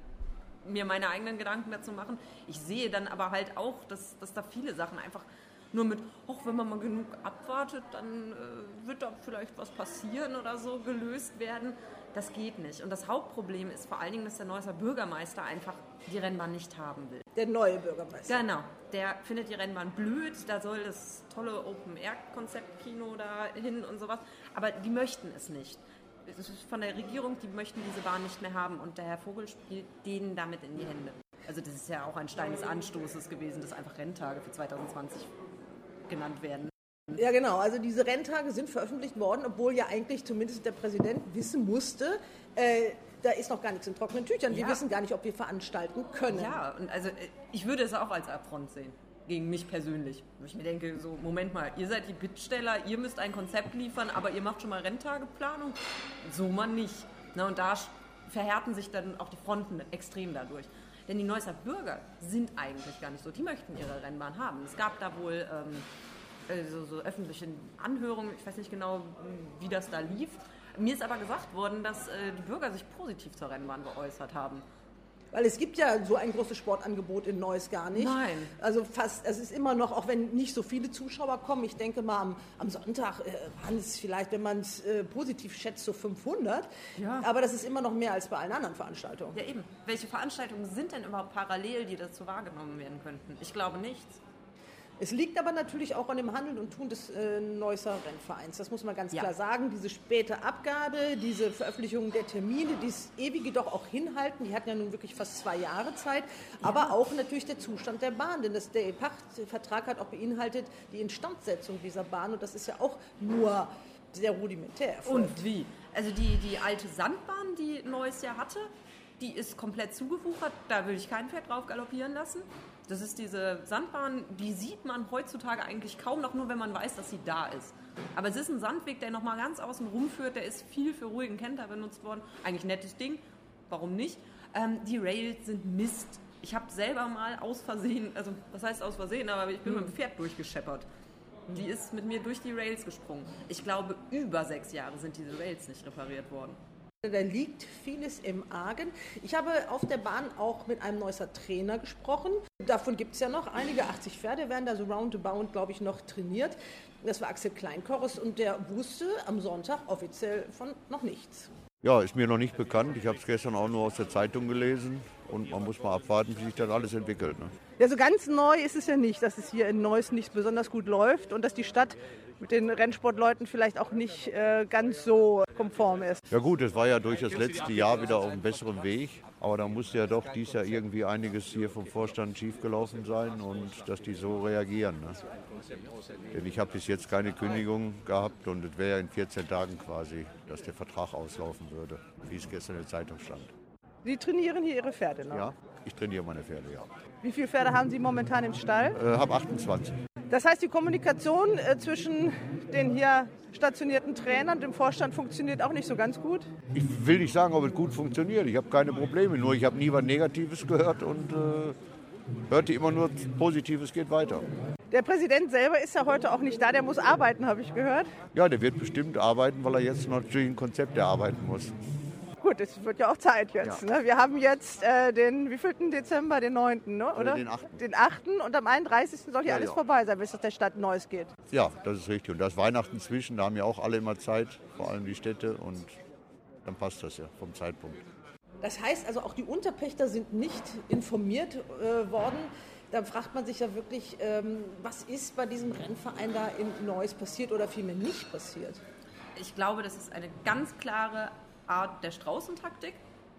mir meine eigenen Gedanken dazu machen. Ich sehe dann aber halt auch, dass da viele Sachen einfach nur mit, wenn man mal genug abwartet, dann wird da vielleicht was passieren oder so gelöst werden. Das geht nicht. Und das Hauptproblem ist vor allen Dingen, dass der Neusser Bürgermeister einfach die Rennbahn nicht haben will. Der neue Bürgermeister. Genau. Der findet die Rennbahn blöd. Da soll das tolle Open-Air-Konzept-Kino da hin und sowas. Aber die möchten es nicht. Es ist von der Regierung, die möchten diese Bahn nicht mehr haben. Und der Herr Vogel spielt denen damit in die Hände. Also das ist ja auch ein Stein des Anstoßes gewesen, dass einfach Renntage für 2020 genannt werden. Ja, genau. Also diese Renntage sind veröffentlicht worden, obwohl ja eigentlich zumindest der Präsident wissen musste, da ist noch gar nichts in trockenen Tüchern. Wir wissen gar nicht, ob wir veranstalten können. Ja, und also ich würde es auch als Affront sehen, gegen mich persönlich. Wo ich mir denke, so, Moment mal, ihr seid die Bittsteller, ihr müsst ein Konzept liefern, aber ihr macht schon mal Renntageplanung? So man nicht. Na, und da verhärten sich dann auch die Fronten extrem dadurch. Denn die Neusser Bürger sind eigentlich gar nicht so. Die möchten ihre Rennbahn haben. Es gab da wohl so öffentliche Anhörungen, ich weiß nicht genau, wie das da lief. Mir ist aber gesagt worden, dass die Bürger sich positiv zur Rennbahn geäußert haben. Weil es gibt ja so ein großes Sportangebot in Neuss gar nicht. Nein. Also fast, es ist immer noch, auch wenn nicht so viele Zuschauer kommen, ich denke mal am Sonntag waren es vielleicht, wenn man es positiv schätzt, so 500. Ja. Aber das ist immer noch mehr als bei allen anderen Veranstaltungen. Ja eben. Welche Veranstaltungen sind denn überhaupt parallel, die dazu wahrgenommen werden könnten? Ich glaube nichts. Es liegt aber natürlich auch an dem Handeln und Tun des Neusser Rennvereins. Das muss man ganz klar sagen. Diese späte Abgabe, diese Veröffentlichung der Termine, dieses ewige doch auch hinhalten, die hatten ja nun wirklich fast 2 Jahre Zeit. Aber auch natürlich der Zustand der Bahn, denn der Pachtvertrag hat auch beinhaltet die Instandsetzung dieser Bahn. Und das ist ja auch nur sehr rudimentär erfolgt. Und wie? Also die alte Sandbahn, die Neuss ja hatte, die ist komplett zugewuchert. Da will ich kein Pferd drauf galoppieren lassen. Das ist diese Sandbahn, die sieht man heutzutage eigentlich kaum noch, nur wenn man weiß, dass sie da ist. Aber es ist ein Sandweg, der nochmal ganz außen rumführt, der ist viel für ruhigen Canter benutzt worden. Eigentlich ein nettes Ding, warum nicht? Die Rails sind Mist. Ich habe selber mal aus Versehen, also was heißt aus Versehen, aber ich bin mit dem Pferd durchgescheppert. Die ist mit mir durch die Rails gesprungen. Ich glaube, über 6 Jahre sind diese Rails nicht repariert worden. Da liegt vieles im Argen. Ich habe auf der Bahn auch mit einem Neusser Trainer gesprochen. Davon gibt es ja noch einige. 80 Pferde werden da so roundabout, glaube ich, noch trainiert. Das war Axel Kleinkorres und der wusste am Sonntag offiziell von noch nichts. Ja, ist mir noch nicht bekannt. Ich habe es gestern auch nur aus der Zeitung gelesen. Und man muss mal abwarten, wie sich das alles entwickelt. Ne? Ja, so ganz neu ist es ja nicht, dass es hier in Neuss nicht besonders gut läuft und dass die Stadt mit den Rennsportleuten vielleicht auch nicht ganz so konform ist. Ja gut, es war ja durch das letzte Jahr wieder auf einem besseren Weg. Aber da musste ja doch dieses Jahr irgendwie einiges hier vom Vorstand schiefgelaufen sein und dass die so reagieren. Ne? Denn ich habe bis jetzt keine Kündigung gehabt und es wäre ja in 14 Tagen quasi, dass der Vertrag auslaufen würde, wie es gestern in der Zeitung stand. Sie trainieren hier Ihre Pferde noch? Ja, Ich trainiere meine Pferde, ja. Wie viele Pferde haben Sie momentan im Stall? Habe 28. Das heißt, die Kommunikation zwischen den hier stationierten Trainern und dem Vorstand funktioniert auch nicht so ganz gut? Ich will nicht sagen, ob es gut funktioniert. Ich habe keine Probleme, nur ich habe nie was Negatives gehört und hörte immer nur Positives geht weiter. Der Präsident selber ist ja heute auch nicht da, der muss arbeiten, habe ich gehört. Ja, der wird bestimmt arbeiten, weil er jetzt natürlich ein Konzept erarbeiten muss. Gut, es wird ja auch Zeit jetzt. Ja. Ne? Wir haben jetzt den wievielten Dezember? Den 9., ne? Oder? Den 8. Den 8. Und am 31. soll hier alles vorbei sein, bis es der Stadt Neuss geht. Ja, das ist richtig. Und da ist Weihnachten zwischen, da haben ja auch alle immer Zeit, vor allem die Städte. Und dann passt das ja vom Zeitpunkt. Das heißt also, auch die Unterpächter sind nicht informiert worden. Da fragt man sich ja wirklich, was ist bei diesem Rennverein da in Neuss passiert oder vielmehr nicht passiert? Ich glaube, das ist eine ganz klare Art der Straußentaktik.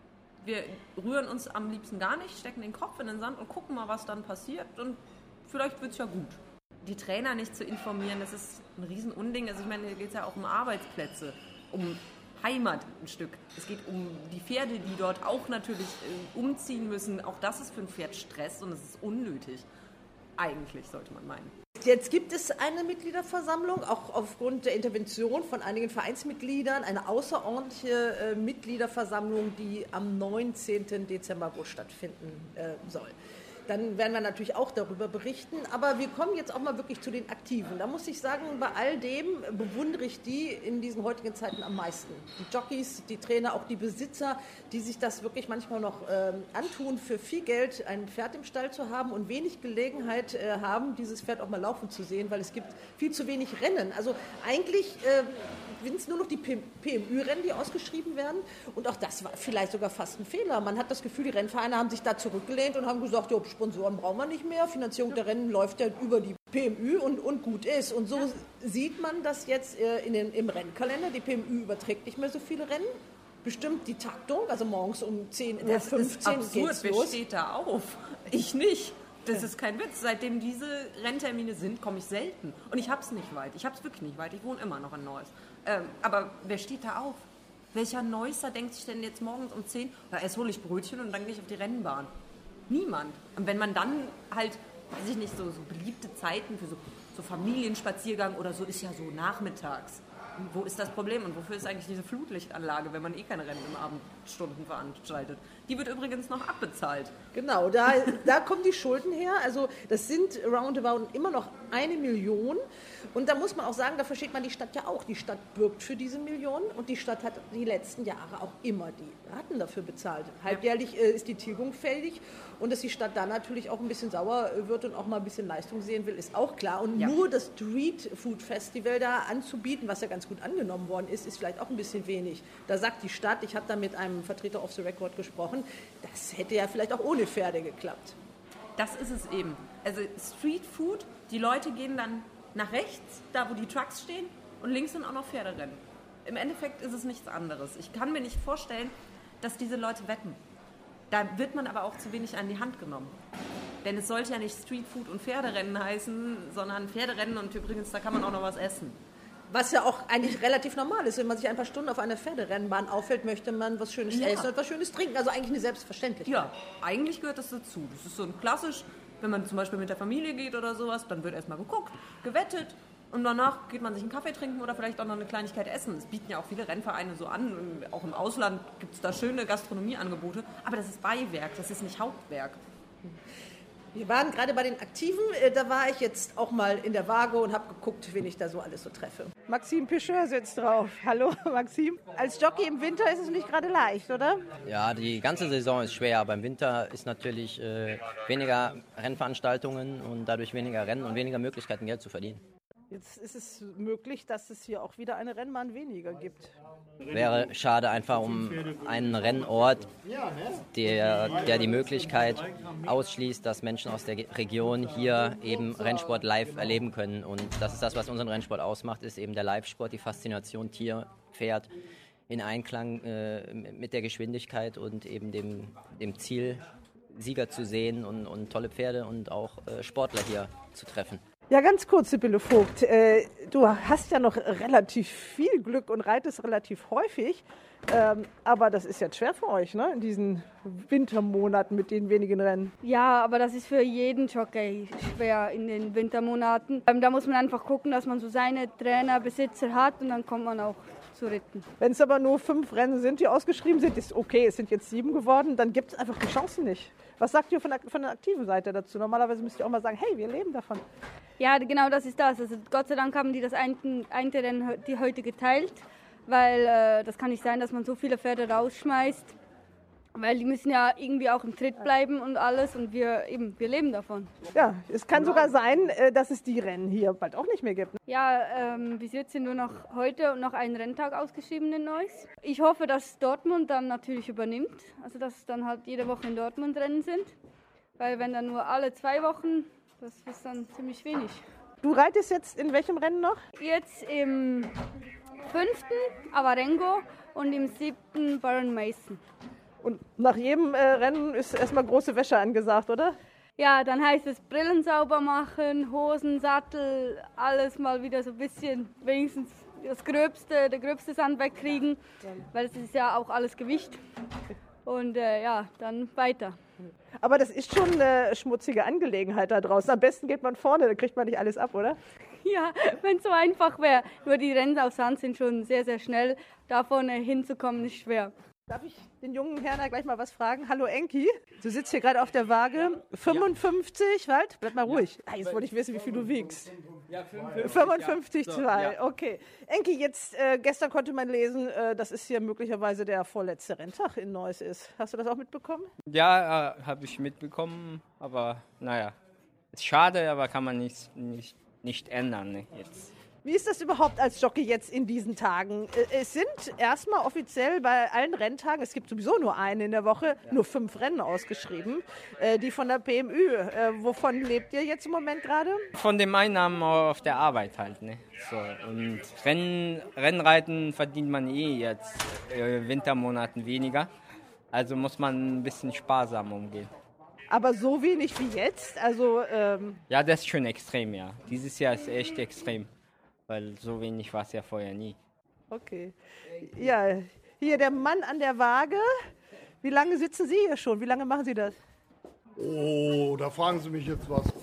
Wir rühren uns am liebsten gar nicht, stecken den Kopf in den Sand und gucken mal, was dann passiert und vielleicht wird es ja gut. Die Trainer nicht zu informieren, das ist ein Riesenunding. Also ich meine, hier geht es ja auch um Arbeitsplätze, um Heimat ein Stück. Es geht um die Pferde, die dort auch natürlich umziehen müssen. Auch das ist für ein Pferd Stress und es ist unnötig. Eigentlich, sollte man meinen. Jetzt gibt es eine Mitgliederversammlung, auch aufgrund der Intervention von einigen Vereinsmitgliedern, eine außerordentliche Mitgliederversammlung, die am 19. Dezember wohl stattfinden soll. Dann werden wir natürlich auch darüber berichten. Aber wir kommen jetzt auch mal wirklich zu den Aktiven. Da muss ich sagen, bei all dem bewundere ich die in diesen heutigen Zeiten am meisten. Die Jockeys, die Trainer, auch die Besitzer, die sich das wirklich manchmal noch antun, für viel Geld ein Pferd im Stall zu haben und wenig Gelegenheit haben, dieses Pferd auch mal laufen zu sehen, weil es gibt viel zu wenig Rennen. Also eigentlich sind es nur noch die PMÜ-Rennen, die ausgeschrieben werden. Und auch das war vielleicht sogar fast ein Fehler. Man hat das Gefühl, die Rennvereine haben sich da zurückgelehnt und haben gesagt, jo, Sponsoren brauchen wir nicht mehr. Finanzierung der Rennen läuft ja über die PMÜ und gut ist. Und so sieht man das jetzt im Rennkalender. Die PMÜ überträgt nicht mehr so viele Rennen. Bestimmt die Taktung, also morgens um 10:15 Uhr geht's los. Das ist absurd. Wer steht da auf? Ich nicht. Das ist kein Witz. Seitdem diese Renntermine sind, komme ich selten. Und ich habe es nicht weit. Ich habe es wirklich nicht weit. Ich wohne immer noch in Neuss. Aber wer steht da auf? Welcher Neusser denkt sich denn jetzt morgens um 10, erst hole ich Brötchen und dann gehe ich auf die Rennbahn? Niemand. Und wenn man dann halt, weiß ich nicht, so beliebte Zeiten für so Familienspaziergang oder so, ist ja so nachmittags. Wo ist das Problem und wofür ist eigentlich diese Flutlichtanlage, wenn man keine Rennen im Abendstunden veranstaltet? Die wird übrigens noch abbezahlt. Genau, da kommen die Schulden her. Also das sind roundabout immer noch 1 Million. Und da muss man auch sagen, da versteht man die Stadt ja auch. Die Stadt bürgt für diese Millionen und die Stadt hat die letzten Jahre auch immer die Raten dafür bezahlt. Halbjährlich ist die Tilgung fällig und dass die Stadt da natürlich auch ein bisschen sauer wird und auch mal ein bisschen Leistung sehen will, ist auch klar. Und nur das Street Food Festival da anzubieten, was ja ganz gut angenommen worden ist, ist vielleicht auch ein bisschen wenig. Da sagt die Stadt, ich habe da mit einem Vertreter off the record gesprochen, das hätte ja vielleicht auch ohne Pferde geklappt. Das ist es eben. Also Street Food, die Leute gehen dann nach rechts, da wo die Trucks stehen, und links sind auch noch Pferderennen. Im Endeffekt ist es nichts anderes. Ich kann mir nicht vorstellen, dass diese Leute wetten. Da wird man aber auch zu wenig an die Hand genommen. Denn es sollte ja nicht Street Food und Pferderennen heißen, sondern Pferderennen und übrigens, da kann man auch noch was essen. Was ja auch eigentlich relativ normal ist. Wenn man sich ein paar Stunden auf einer Pferderennbahn aufhält, möchte man was Schönes essen und was Schönes trinken. Also eigentlich eine Selbstverständlichkeit. Ja, eigentlich gehört das dazu. Das ist so ein klassisch, wenn man zum Beispiel mit der Familie geht oder sowas, dann wird erstmal geguckt, gewettet und danach geht man sich einen Kaffee trinken oder vielleicht auch noch eine Kleinigkeit essen. Das bieten ja auch viele Rennvereine so an. Auch im Ausland gibt es da schöne Gastronomieangebote. Aber das ist Beiwerk, das ist nicht Hauptwerk. Wir waren gerade bei den Aktiven, da war ich jetzt auch mal in der Waage und habe geguckt, wen ich da so alles so treffe. Maxime Picheur sitzt drauf. Hallo Maxime. Als Jockey im Winter ist es nicht gerade leicht, oder? Ja, die ganze Saison ist schwer, aber im Winter ist natürlich weniger Rennveranstaltungen und dadurch weniger Rennen und weniger Möglichkeiten, Geld zu verdienen. Jetzt ist es möglich, dass es hier auch wieder eine Rennbahn weniger gibt. Wäre schade einfach um einen Rennort, der die Möglichkeit ausschließt, dass Menschen aus der Region hier eben Rennsport live erleben können. Und das ist das, was unseren Rennsport ausmacht, ist eben der Live-Sport, die Faszination Tier, Pferd in Einklang mit der Geschwindigkeit und eben dem Ziel, Sieger zu sehen und tolle Pferde und auch Sportler hier zu treffen. Ja, ganz kurz, Sibylle Vogt. Du hast ja noch relativ viel Glück und reitest relativ häufig. Aber das ist jetzt schwer für euch, ne? In diesen Wintermonaten mit den wenigen Rennen. Ja, aber das ist für jeden Jockey schwer in den Wintermonaten. Da muss man einfach gucken, dass man so seine Trainerbesitzer hat und dann kommt man auch zu Ritten. Wenn es aber nur 5 Rennen sind, die ausgeschrieben sind, ist okay, es sind jetzt 7 geworden, dann gibt es einfach die Chancen nicht. Was sagt ihr von der aktiven Seite dazu? Normalerweise müsst ihr auch mal sagen, hey, wir leben davon. Ja, genau das ist das. Also Gott sei Dank haben die das eine Rennen die heute geteilt, weil das kann nicht sein, dass man so viele Pferde rausschmeißt, weil die müssen ja irgendwie auch im Tritt bleiben und alles und wir leben davon. Ja, es kann sogar sein, dass es die Rennen hier bald auch nicht mehr gibt. Ja, bis jetzt sind nur noch heute und noch ein Renntag ausgeschrieben in Neuss. Ich hoffe, dass Dortmund dann natürlich übernimmt, also dass dann halt jede Woche in Dortmund Rennen sind, weil wenn dann nur alle 2 Wochen, das ist dann ziemlich wenig. Du reitest jetzt in welchem Rennen noch? Jetzt im 5. Avarengo und im 7. Baron Mason. Und nach jedem Rennen ist erstmal große Wäsche angesagt, oder? Ja, dann heißt es Brillen sauber machen, Hosen, Sattel, alles mal wieder so ein bisschen, wenigstens der gröbste Sand wegkriegen, weil es ist ja auch alles Gewicht. Und ja, dann weiter. Aber das ist schon eine schmutzige Angelegenheit da draußen. Am besten geht man vorne, da kriegt man nicht alles ab, oder? Ja, wenn es so einfach wäre. Nur die Rennen auf Sand sind schon sehr, sehr schnell. Da vorne hinzukommen ist schwer. Darf ich den jungen Herrn da gleich mal was fragen? Hallo Enki, du sitzt hier gerade auf der Waage. 55, halt, bleib mal ruhig. Jetzt wollte ich wissen, wie viel du wiegst. Ja, 55,2, okay. Enki, jetzt, gestern konnte man lesen, dass es hier möglicherweise der vorletzte Renntag in Neuss ist. Hast du das auch mitbekommen? Ja, habe ich mitbekommen, aber naja, ist schade, aber kann man nicht ändern, ne, jetzt. Wie ist das überhaupt als Jockey jetzt in diesen Tagen? Es sind erstmal offiziell bei allen Renntagen, es gibt sowieso nur einen in der Woche, nur 5 Rennen ausgeschrieben, die von der PMÜ. Wovon lebt ihr jetzt im Moment gerade? Von den Einnahmen auf der Arbeit halt. Ne? So, und Rennreiten verdient man jetzt Wintermonaten weniger, also muss man ein bisschen sparsam umgehen. Aber so wenig wie jetzt? Also, ja, das ist schon extrem, ja. Dieses Jahr ist echt extrem. Weil so wenig war es ja vorher nie. Okay. Ja, hier der Mann an der Waage. Wie lange sitzen Sie hier schon? Wie lange machen Sie das? Oh, da fragen Sie mich jetzt was.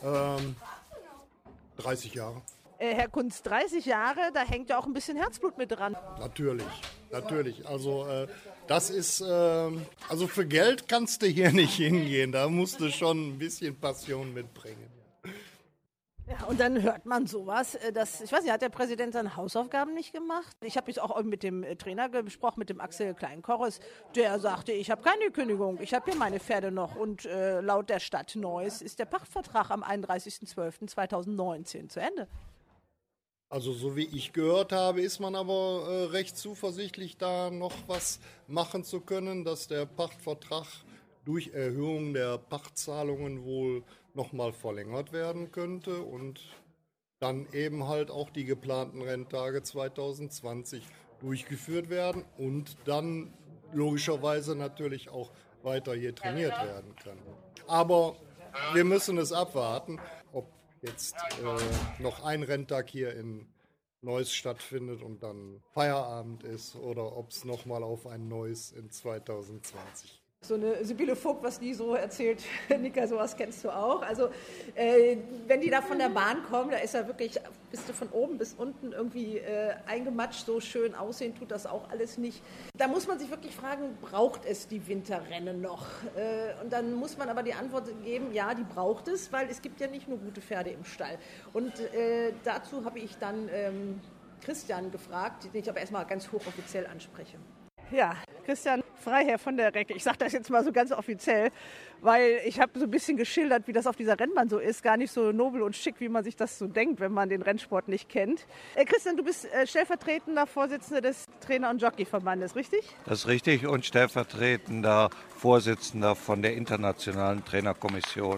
30 Jahre. Herr Kunz, 30 Jahre, da hängt ja auch ein bisschen Herzblut mit dran. Natürlich. Also das ist, also für Geld kannst du hier nicht hingehen. Da musst du schon ein bisschen Passion mitbringen. Ja, und dann hört man sowas, ich weiß nicht, hat der Präsident seine Hausaufgaben nicht gemacht? Ich habe jetzt auch mit dem Trainer gesprochen, mit dem Axel Klein-Korres, der sagte, ich habe keine Kündigung, ich habe hier meine Pferde noch und laut der Stadt Neuss ist der Pachtvertrag am 31.12.2019 zu Ende. Also so wie ich gehört habe, ist man aber recht zuversichtlich, da noch was machen zu können, dass der Pachtvertrag durch Erhöhung der Pachtzahlungen wohl nochmal verlängert werden könnte und dann eben halt auch die geplanten Renntage 2020 durchgeführt werden und dann logischerweise natürlich auch weiter hier trainiert werden kann. Aber wir müssen es abwarten, ob jetzt noch ein Renntag hier in Neuss stattfindet und dann Feierabend ist oder ob es nochmal auf ein Neues in 2020 So eine Sibylle Vogt, was die so erzählt, Nika, sowas kennst du auch. Also wenn die da von der Bahn kommen, da ist ja wirklich, bist du von oben bis unten irgendwie eingematscht, so schön aussehen tut das auch alles nicht. Da muss man sich wirklich fragen, braucht es die Winterrennen noch? Und dann muss man aber die Antwort geben, ja, die braucht es, weil es gibt ja nicht nur gute Pferde im Stall. Und dazu habe ich dann Christian gefragt, den ich aber erstmal ganz hochoffiziell anspreche. Ja, Christian Freiherr von der Recke. Ich sage das jetzt mal so ganz offiziell, weil ich habe so ein bisschen geschildert, wie das auf dieser Rennbahn so ist. Gar nicht so nobel und schick, wie man sich das so denkt, wenn man den Rennsport nicht kennt. Christian, du bist stellvertretender Vorsitzender des Trainer- und Jockeyverbandes, richtig? Das ist richtig und stellvertretender Vorsitzender von der Internationalen Trainerkommission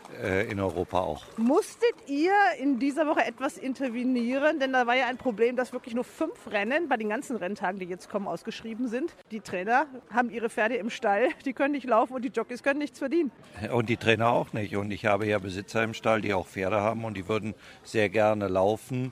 in Europa auch. Musstet ihr in dieser Woche etwas intervenieren? Denn da war ja ein Problem, dass wirklich nur 5 Rennen bei den ganzen Renntagen, die jetzt kommen, ausgeschrieben sind. Die Trainer haben ihre Pferde im Stall, die können nicht laufen und die Jockeys können nichts verdienen. Und die Trainer auch nicht. Und ich habe ja Besitzer im Stall, die auch Pferde haben und die würden sehr gerne laufen.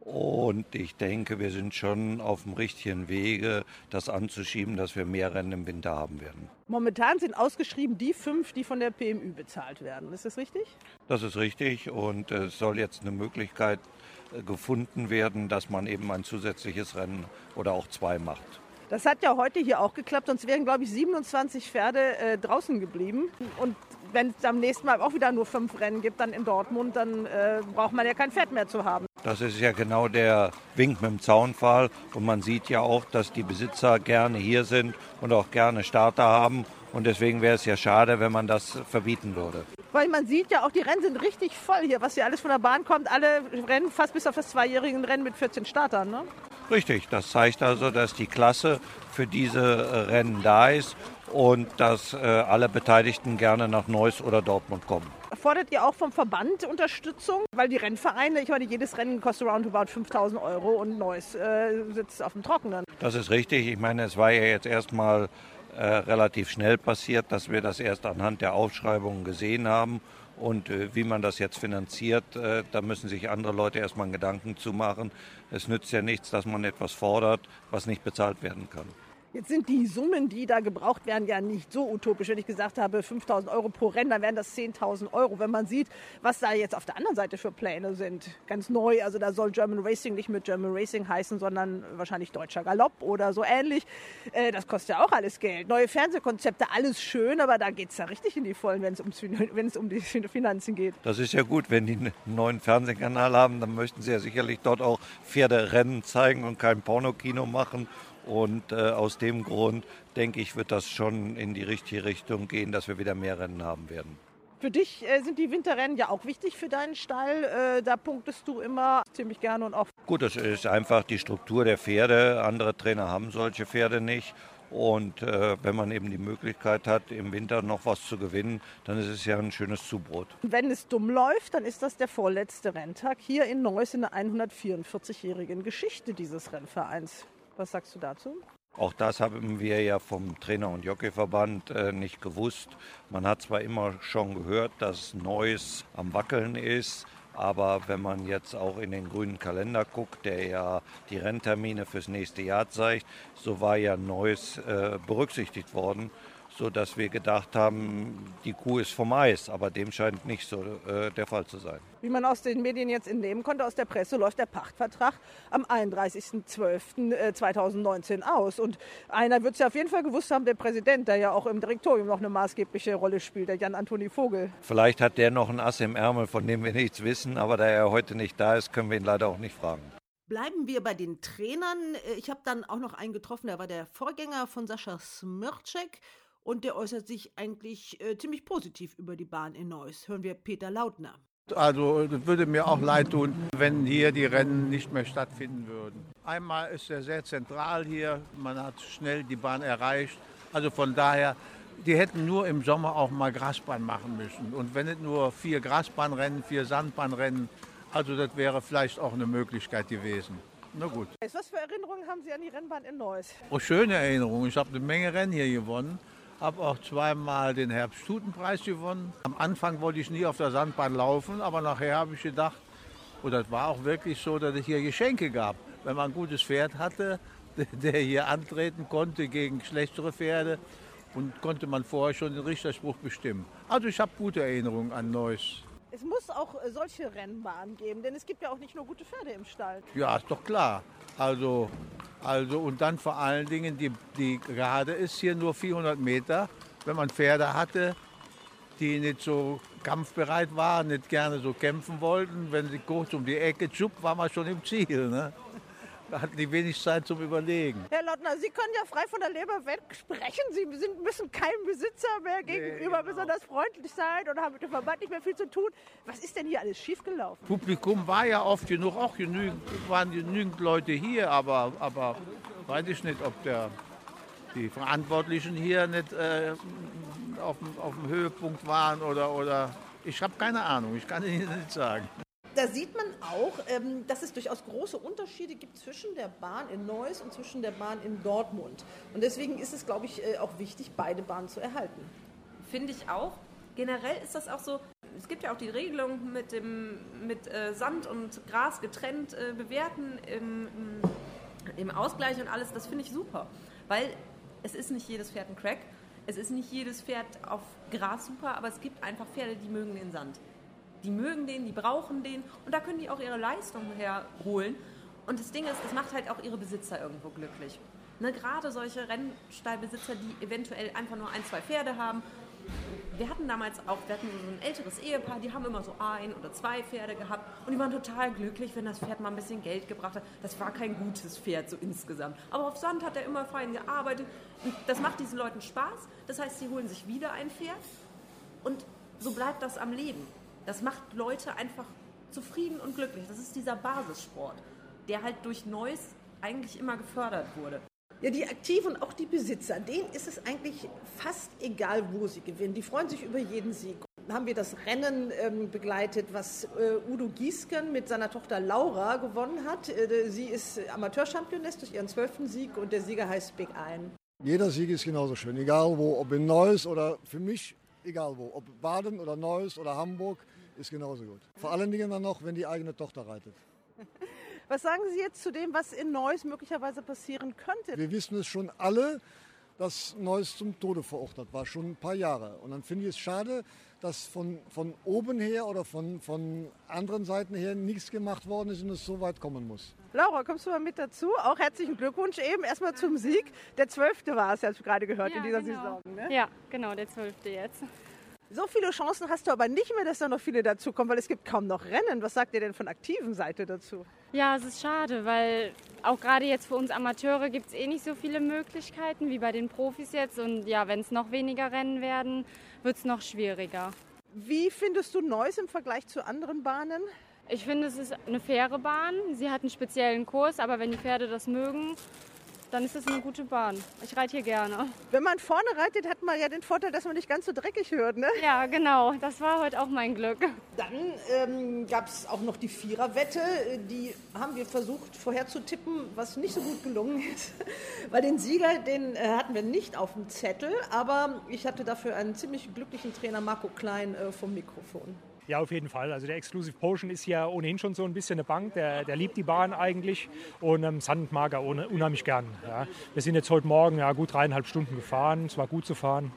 Und ich denke, wir sind schon auf dem richtigen Wege, das anzuschieben, dass wir mehr Rennen im Winter haben werden. Momentan sind ausgeschrieben die 5, die von der PMÜ bezahlt werden. Ist das richtig? Das ist richtig und es soll jetzt eine Möglichkeit gefunden werden, dass man eben ein zusätzliches Rennen oder auch 2 macht. Das hat ja heute hier auch geklappt, sonst wären, glaube ich, 27 Pferde draußen geblieben. Und wenn es am nächsten Mal auch wieder nur 5 Rennen gibt, dann in Dortmund, dann braucht man ja kein Pferd mehr zu haben. Das ist ja genau der Wink mit dem Zaunpfahl und man sieht ja auch, dass die Besitzer gerne hier sind und auch gerne Starter haben und deswegen wäre es ja schade, wenn man das verbieten würde. Weil man sieht ja auch, die Rennen sind richtig voll hier, was hier alles von der Bahn kommt. Alle Rennen fast bis auf das 2-jährige Rennen mit 14 Startern, ne? Richtig, das zeigt also, dass die Klasse für diese Rennen da ist und dass alle Beteiligten gerne nach Neuss oder Dortmund kommen. Fordert ihr auch vom Verband Unterstützung? Weil die Rennvereine, ich meine, jedes Rennen kostet roundabout 5.000 € und Neuss sitzt auf dem Trockenen. Das ist richtig. Ich meine, es war ja jetzt erstmal relativ schnell passiert, dass wir das erst anhand der Ausschreibungen gesehen haben. Und wie man das jetzt finanziert, da müssen sich andere Leute erstmal einen Gedanken zu machen. Es nützt ja nichts, dass man etwas fordert, was nicht bezahlt werden kann. Jetzt sind die Summen, die da gebraucht werden, ja nicht so utopisch. Wenn ich gesagt habe, 5.000 € pro Rennen, dann wären das 10.000 €. Wenn man sieht, was da jetzt auf der anderen Seite für Pläne sind, ganz neu. Also da soll German Racing nicht mit German Racing heißen, sondern wahrscheinlich Deutscher Galopp oder so ähnlich. Das kostet ja auch alles Geld. Neue Fernsehkonzepte, alles schön, aber da geht es ja richtig in die Vollen, wenn es um die Finanzen geht. Das ist ja gut, wenn die einen neuen Fernsehkanal haben, dann möchten sie ja sicherlich dort auch Pferderennen zeigen und kein Pornokino machen. Und aus dem Grund, denke ich, wird das schon in die richtige Richtung gehen, dass wir wieder mehr Rennen haben werden. Für dich sind die Winterrennen ja auch wichtig für deinen Stall. Da punktest du immer ziemlich gerne und oft. Gut, das ist einfach die Struktur der Pferde. Andere Trainer haben solche Pferde nicht. Und wenn man eben die Möglichkeit hat, im Winter noch was zu gewinnen, dann ist es ja ein schönes Zubrot. Wenn es dumm läuft, dann ist das der vorletzte Renntag hier in Neuss in der 144-jährigen Geschichte dieses Rennvereins. Was sagst du dazu? Auch das haben wir ja vom Trainer- und Jockeyverband nicht gewusst. Man hat zwar immer schon gehört, dass Neuss am Wackeln ist, aber wenn man jetzt auch in den grünen Kalender guckt, der ja die Renntermine fürs nächste Jahr zeigt, so war ja Neuss berücksichtigt worden, sodass wir gedacht haben, die Kuh ist vom Eis, aber dem scheint nicht so der Fall zu sein. Wie man aus den Medien jetzt entnehmen konnte, aus der Presse, läuft der Pachtvertrag am 31.12.2019 aus. Und einer wird es ja auf jeden Fall gewusst haben, der Präsident, der ja auch im Direktorium noch eine maßgebliche Rolle spielt, der Jan-Anthony Vogel. Vielleicht hat der noch ein Ass im Ärmel, von dem wir nichts wissen, aber da er heute nicht da ist, können wir ihn leider auch nicht fragen. Bleiben wir bei den Trainern. Ich habe dann auch noch einen getroffen, der war der Vorgänger von Sascha Smircek. Und der äußert sich eigentlich ziemlich positiv über die Bahn in Neuss. Hören wir Peter Lautner. Also das würde mir auch leid tun, wenn hier die Rennen nicht mehr stattfinden würden. Einmal ist er sehr zentral hier, man hat schnell die Bahn erreicht. Also von daher, die hätten nur im Sommer auch mal Grasbahn machen müssen. Und wenn nicht nur 4 Grasbahnrennen, 4 Sandbahnrennen, also das wäre vielleicht auch eine Möglichkeit gewesen. Na gut. Was für Erinnerungen haben Sie an die Rennbahn in Neuss? Oh, schöne Erinnerungen. Ich habe eine Menge Rennen hier gewonnen. Habe auch 2-mal den Herbststutenpreis gewonnen. Am Anfang wollte ich nie auf der Sandbahn laufen, aber nachher habe ich gedacht, und das war auch wirklich so, dass es hier Geschenke gab. Wenn man ein gutes Pferd hatte, der hier antreten konnte gegen schlechtere Pferde, und konnte man vorher schon den Richterspruch bestimmen. Also ich habe gute Erinnerungen an Neuss. Es muss auch solche Rennbahnen geben, denn es gibt ja auch nicht nur gute Pferde im Stall. Ja, ist doch klar. Also und dann vor allen Dingen, die Gerade ist hier nur 400 Meter. Wenn man Pferde hatte, die nicht so kampfbereit waren, nicht gerne so kämpfen wollten, wenn sie kurz um die Ecke tschupp, war man schon im Ziel. Ne? Da hatten die wenig Zeit zum Überlegen. Herr Lautner, Sie können ja frei von der Leber weg sprechen. Sie müssen keinem Besitzer mehr gegenüber besonders freundlich sein oder haben mit dem Verband nicht mehr viel zu tun. Was ist denn hier alles schiefgelaufen? Publikum war ja oft genug, auch waren genügend Leute hier, aber weiß ich nicht, ob die Verantwortlichen hier nicht auf dem Höhepunkt waren oder Ich habe keine Ahnung, ich kann Ihnen nicht sagen. Da sieht man auch, dass es durchaus große Unterschiede gibt zwischen der Bahn in Neuss und zwischen der Bahn in Dortmund. Und deswegen ist es, glaube ich, auch wichtig, beide Bahnen zu erhalten. Finde ich auch. Generell ist das auch so, es gibt ja auch die Regelung mit Sand und Gras getrennt bewerten im Ausgleich und alles. Das finde ich super, weil es ist nicht jedes Pferd ein Crack, es ist nicht jedes Pferd auf Gras super, aber es gibt einfach Pferde, die mögen den Sand. Die mögen den, die brauchen den und da können die auch ihre Leistung herholen. Und das Ding ist, es macht halt auch ihre Besitzer irgendwo glücklich. Ne, gerade solche Rennstallbesitzer, die eventuell einfach nur 1, 2 Pferde haben. Wir hatten damals auch, so ein älteres Ehepaar, die haben immer so 1 oder 2 Pferde gehabt und die waren total glücklich, wenn das Pferd mal ein bisschen Geld gebracht hat. Das war kein gutes Pferd so insgesamt. Aber auf Sand hat er immer fein gearbeitet. Und das macht diesen Leuten Spaß. Das heißt, sie holen sich wieder ein Pferd und so bleibt das am Leben. Das macht Leute einfach zufrieden und glücklich. Das ist dieser Basissport, der halt durch Neuss eigentlich immer gefördert wurde. Ja, die Aktiven und auch die Besitzer, denen ist es eigentlich fast egal, wo sie gewinnen. Die freuen sich über jeden Sieg. Dann haben wir das Rennen begleitet, was Udo Giesken mit seiner Tochter Laura gewonnen hat. Sie ist Amateurchampioness durch ihren 12. Sieg und der Sieger heißt Big Ein. Jeder Sieg ist genauso schön, egal wo, ob in Neuss oder für mich, egal wo. Ob Baden oder Neuss oder Hamburg, ist genauso gut. Vor allen Dingen dann noch, wenn die eigene Tochter reitet. Was sagen Sie jetzt zu dem, was in Neuss möglicherweise passieren könnte? Wir wissen es schon alle, dass Neuss zum Tode verurteilt war, schon ein paar Jahre. Und dann finde ich es schade, dass von oben her oder von anderen Seiten her nichts gemacht worden ist und es so weit kommen muss. Laura, kommst du mal mit dazu? Auch herzlichen Glückwunsch eben erstmal zum Sieg. Der 12. war es, hast du gerade gehört, in dieser Saison. Ne? Ja, genau, der 12. jetzt. So viele Chancen hast du aber nicht mehr, dass da noch viele dazukommen, weil es gibt kaum noch Rennen. Was sagt ihr denn von aktiven Seite dazu? Ja, es ist schade, weil auch gerade jetzt für uns Amateure gibt es nicht so viele Möglichkeiten wie bei den Profis jetzt. Und ja, wenn es noch weniger Rennen werden, wird es noch schwieriger. Wie findest du Neuss im Vergleich zu anderen Bahnen? Ich finde, es ist eine faire Bahn. Sie hat einen speziellen Kurs, aber wenn die Pferde das mögen, dann ist es eine gute Bahn. Ich reite hier gerne. Wenn man vorne reitet, hat man ja den Vorteil, dass man nicht ganz so dreckig hört, ne? Ja, genau. Das war heute auch mein Glück. Dann gab es auch noch die Viererwette. Die haben wir versucht vorherzutippen, was nicht so gut gelungen ist. Weil den Sieger, den hatten wir nicht auf dem Zettel. Aber ich hatte dafür einen ziemlich glücklichen Trainer, Marco Klein, vom Mikrofon. Ja, auf jeden Fall. Also der Exclusive Potion ist ja ohnehin schon so ein bisschen eine Bank. Der liebt die Bahn eigentlich und Sand mag er unheimlich gern. Ja. Wir sind jetzt heute Morgen gut 3,5 Stunden gefahren. Es war gut zu fahren.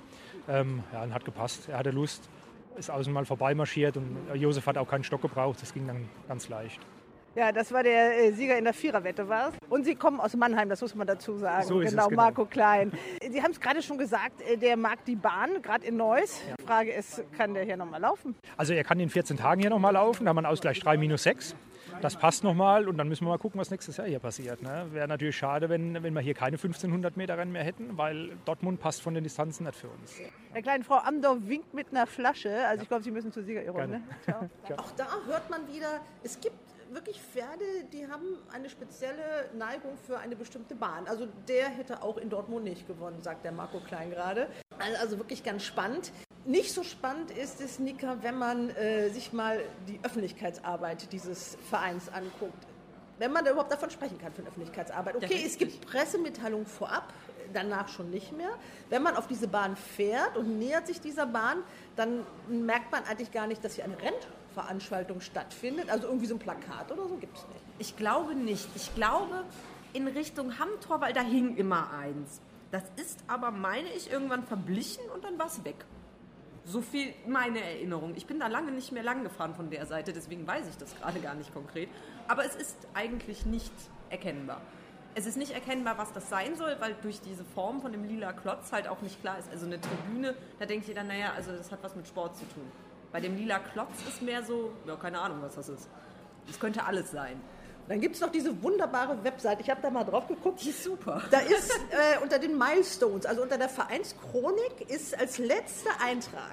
Und hat gepasst. Er hatte Lust, ist außen mal vorbeimarschiert und Josef hat auch keinen Stock gebraucht. Das ging dann ganz leicht. Ja, das war der Sieger in der Viererwette, war es. Und Sie kommen aus Mannheim, das muss man dazu sagen. So ist genau, es, genau. Marco Klein. Sie haben es gerade schon gesagt, der mag die Bahn, gerade in Neuss. Die Frage ist, kann der hier nochmal laufen? Also er kann in 14 Tagen hier nochmal laufen. Da haben wir einen Ausgleich 3-6. Das passt nochmal und dann müssen wir mal gucken, was nächstes Jahr hier passiert. Ne? Wäre natürlich schade, wenn wir hier keine 1500 Meter Rennen mehr hätten, weil Dortmund passt von den Distanzen nicht für uns. Der kleine Frau Amdorf winkt mit einer Flasche. Also ich glaube, Sie müssen zur Siegerehrung. Ne? Ciao. Auch da hört man wieder, es gibt wirklich Pferde, die haben eine spezielle Neigung für eine bestimmte Bahn. Also der hätte auch in Dortmund nicht gewonnen, sagt der Marco Klein gerade. Also wirklich ganz spannend. Nicht so spannend ist es, Nika, wenn man sich mal die Öffentlichkeitsarbeit dieses Vereins anguckt. Wenn man da überhaupt davon sprechen kann, von Öffentlichkeitsarbeit. Okay, es gibt Pressemitteilungen vorab, danach schon nicht mehr. Wenn man auf diese Bahn fährt und nähert sich dieser Bahn, dann merkt man eigentlich gar nicht, dass hier eine Rennveranstaltung stattfindet. Also irgendwie so ein Plakat oder so gibt es nicht. Ich glaube nicht. Ich glaube, in Richtung Hammtor, weil da hing immer eins. Das ist aber, meine ich, irgendwann verblichen und dann war es weg. So viel meine Erinnerung. Ich bin da lange nicht mehr lang gefahren von der Seite, deswegen weiß ich das gerade gar nicht konkret. Aber es ist eigentlich nicht erkennbar. Es ist nicht erkennbar, was das sein soll, weil durch diese Form von dem lila Klotz halt auch nicht klar ist. Also eine Tribüne, da denkt jeder, naja, also das hat was mit Sport zu tun. Bei dem lila Klotz ist mehr so, ja, keine Ahnung, was das ist. Das könnte alles sein. Dann gibt es noch diese wunderbare Webseite, ich habe da mal drauf geguckt. Die ist super. Da ist unter den Milestones, also unter der Vereinschronik, ist als letzter Eintrag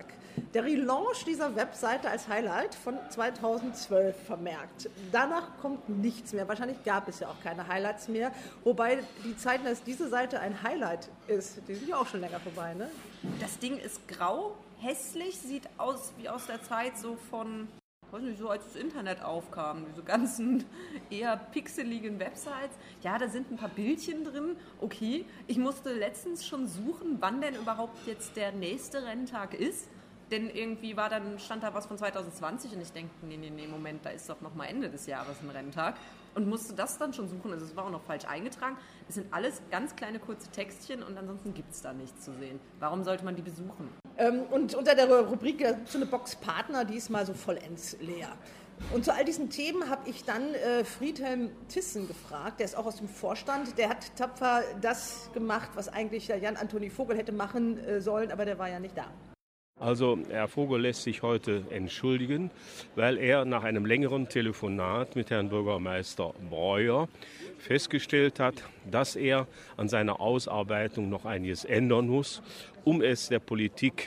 Der Relaunch dieser Webseite als Highlight von 2012 vermerkt. Danach kommt nichts mehr. Wahrscheinlich gab es ja auch keine Highlights mehr. Wobei die Zeiten, dass diese Seite ein Highlight ist, die sind ja auch schon länger vorbei, ne? Das Ding ist grau, hässlich, sieht aus wie aus der Zeit so von, weiß nicht, so als das Internet aufkam, diese ganzen eher pixeligen Websites. Ja, da sind ein paar Bildchen drin, okay. Ich musste letztens schon suchen, wann denn überhaupt jetzt der nächste Renntag ist. Denn irgendwie stand da was von 2020 und ich denke, nee, Moment, da ist doch noch mal Ende des Jahres ein Renntag. Und musste das dann schon suchen, also es war auch noch falsch eingetragen. Es sind alles ganz kleine kurze Textchen und ansonsten gibt es da nichts zu sehen. Warum sollte man die besuchen? Und unter der Rubrik so eine Box Partner, die ist mal so vollends leer. Und zu all diesen Themen habe ich dann Friedhelm Thyssen gefragt, der ist auch aus dem Vorstand. Der hat tapfer das gemacht, was eigentlich Jan Antoni Vogel hätte machen sollen, aber der war ja nicht da. Also Herr Vogel lässt sich heute entschuldigen, weil er nach einem längeren Telefonat mit Herrn Bürgermeister Breuer festgestellt hat, dass er an seiner Ausarbeitung noch einiges ändern muss, um es der Politik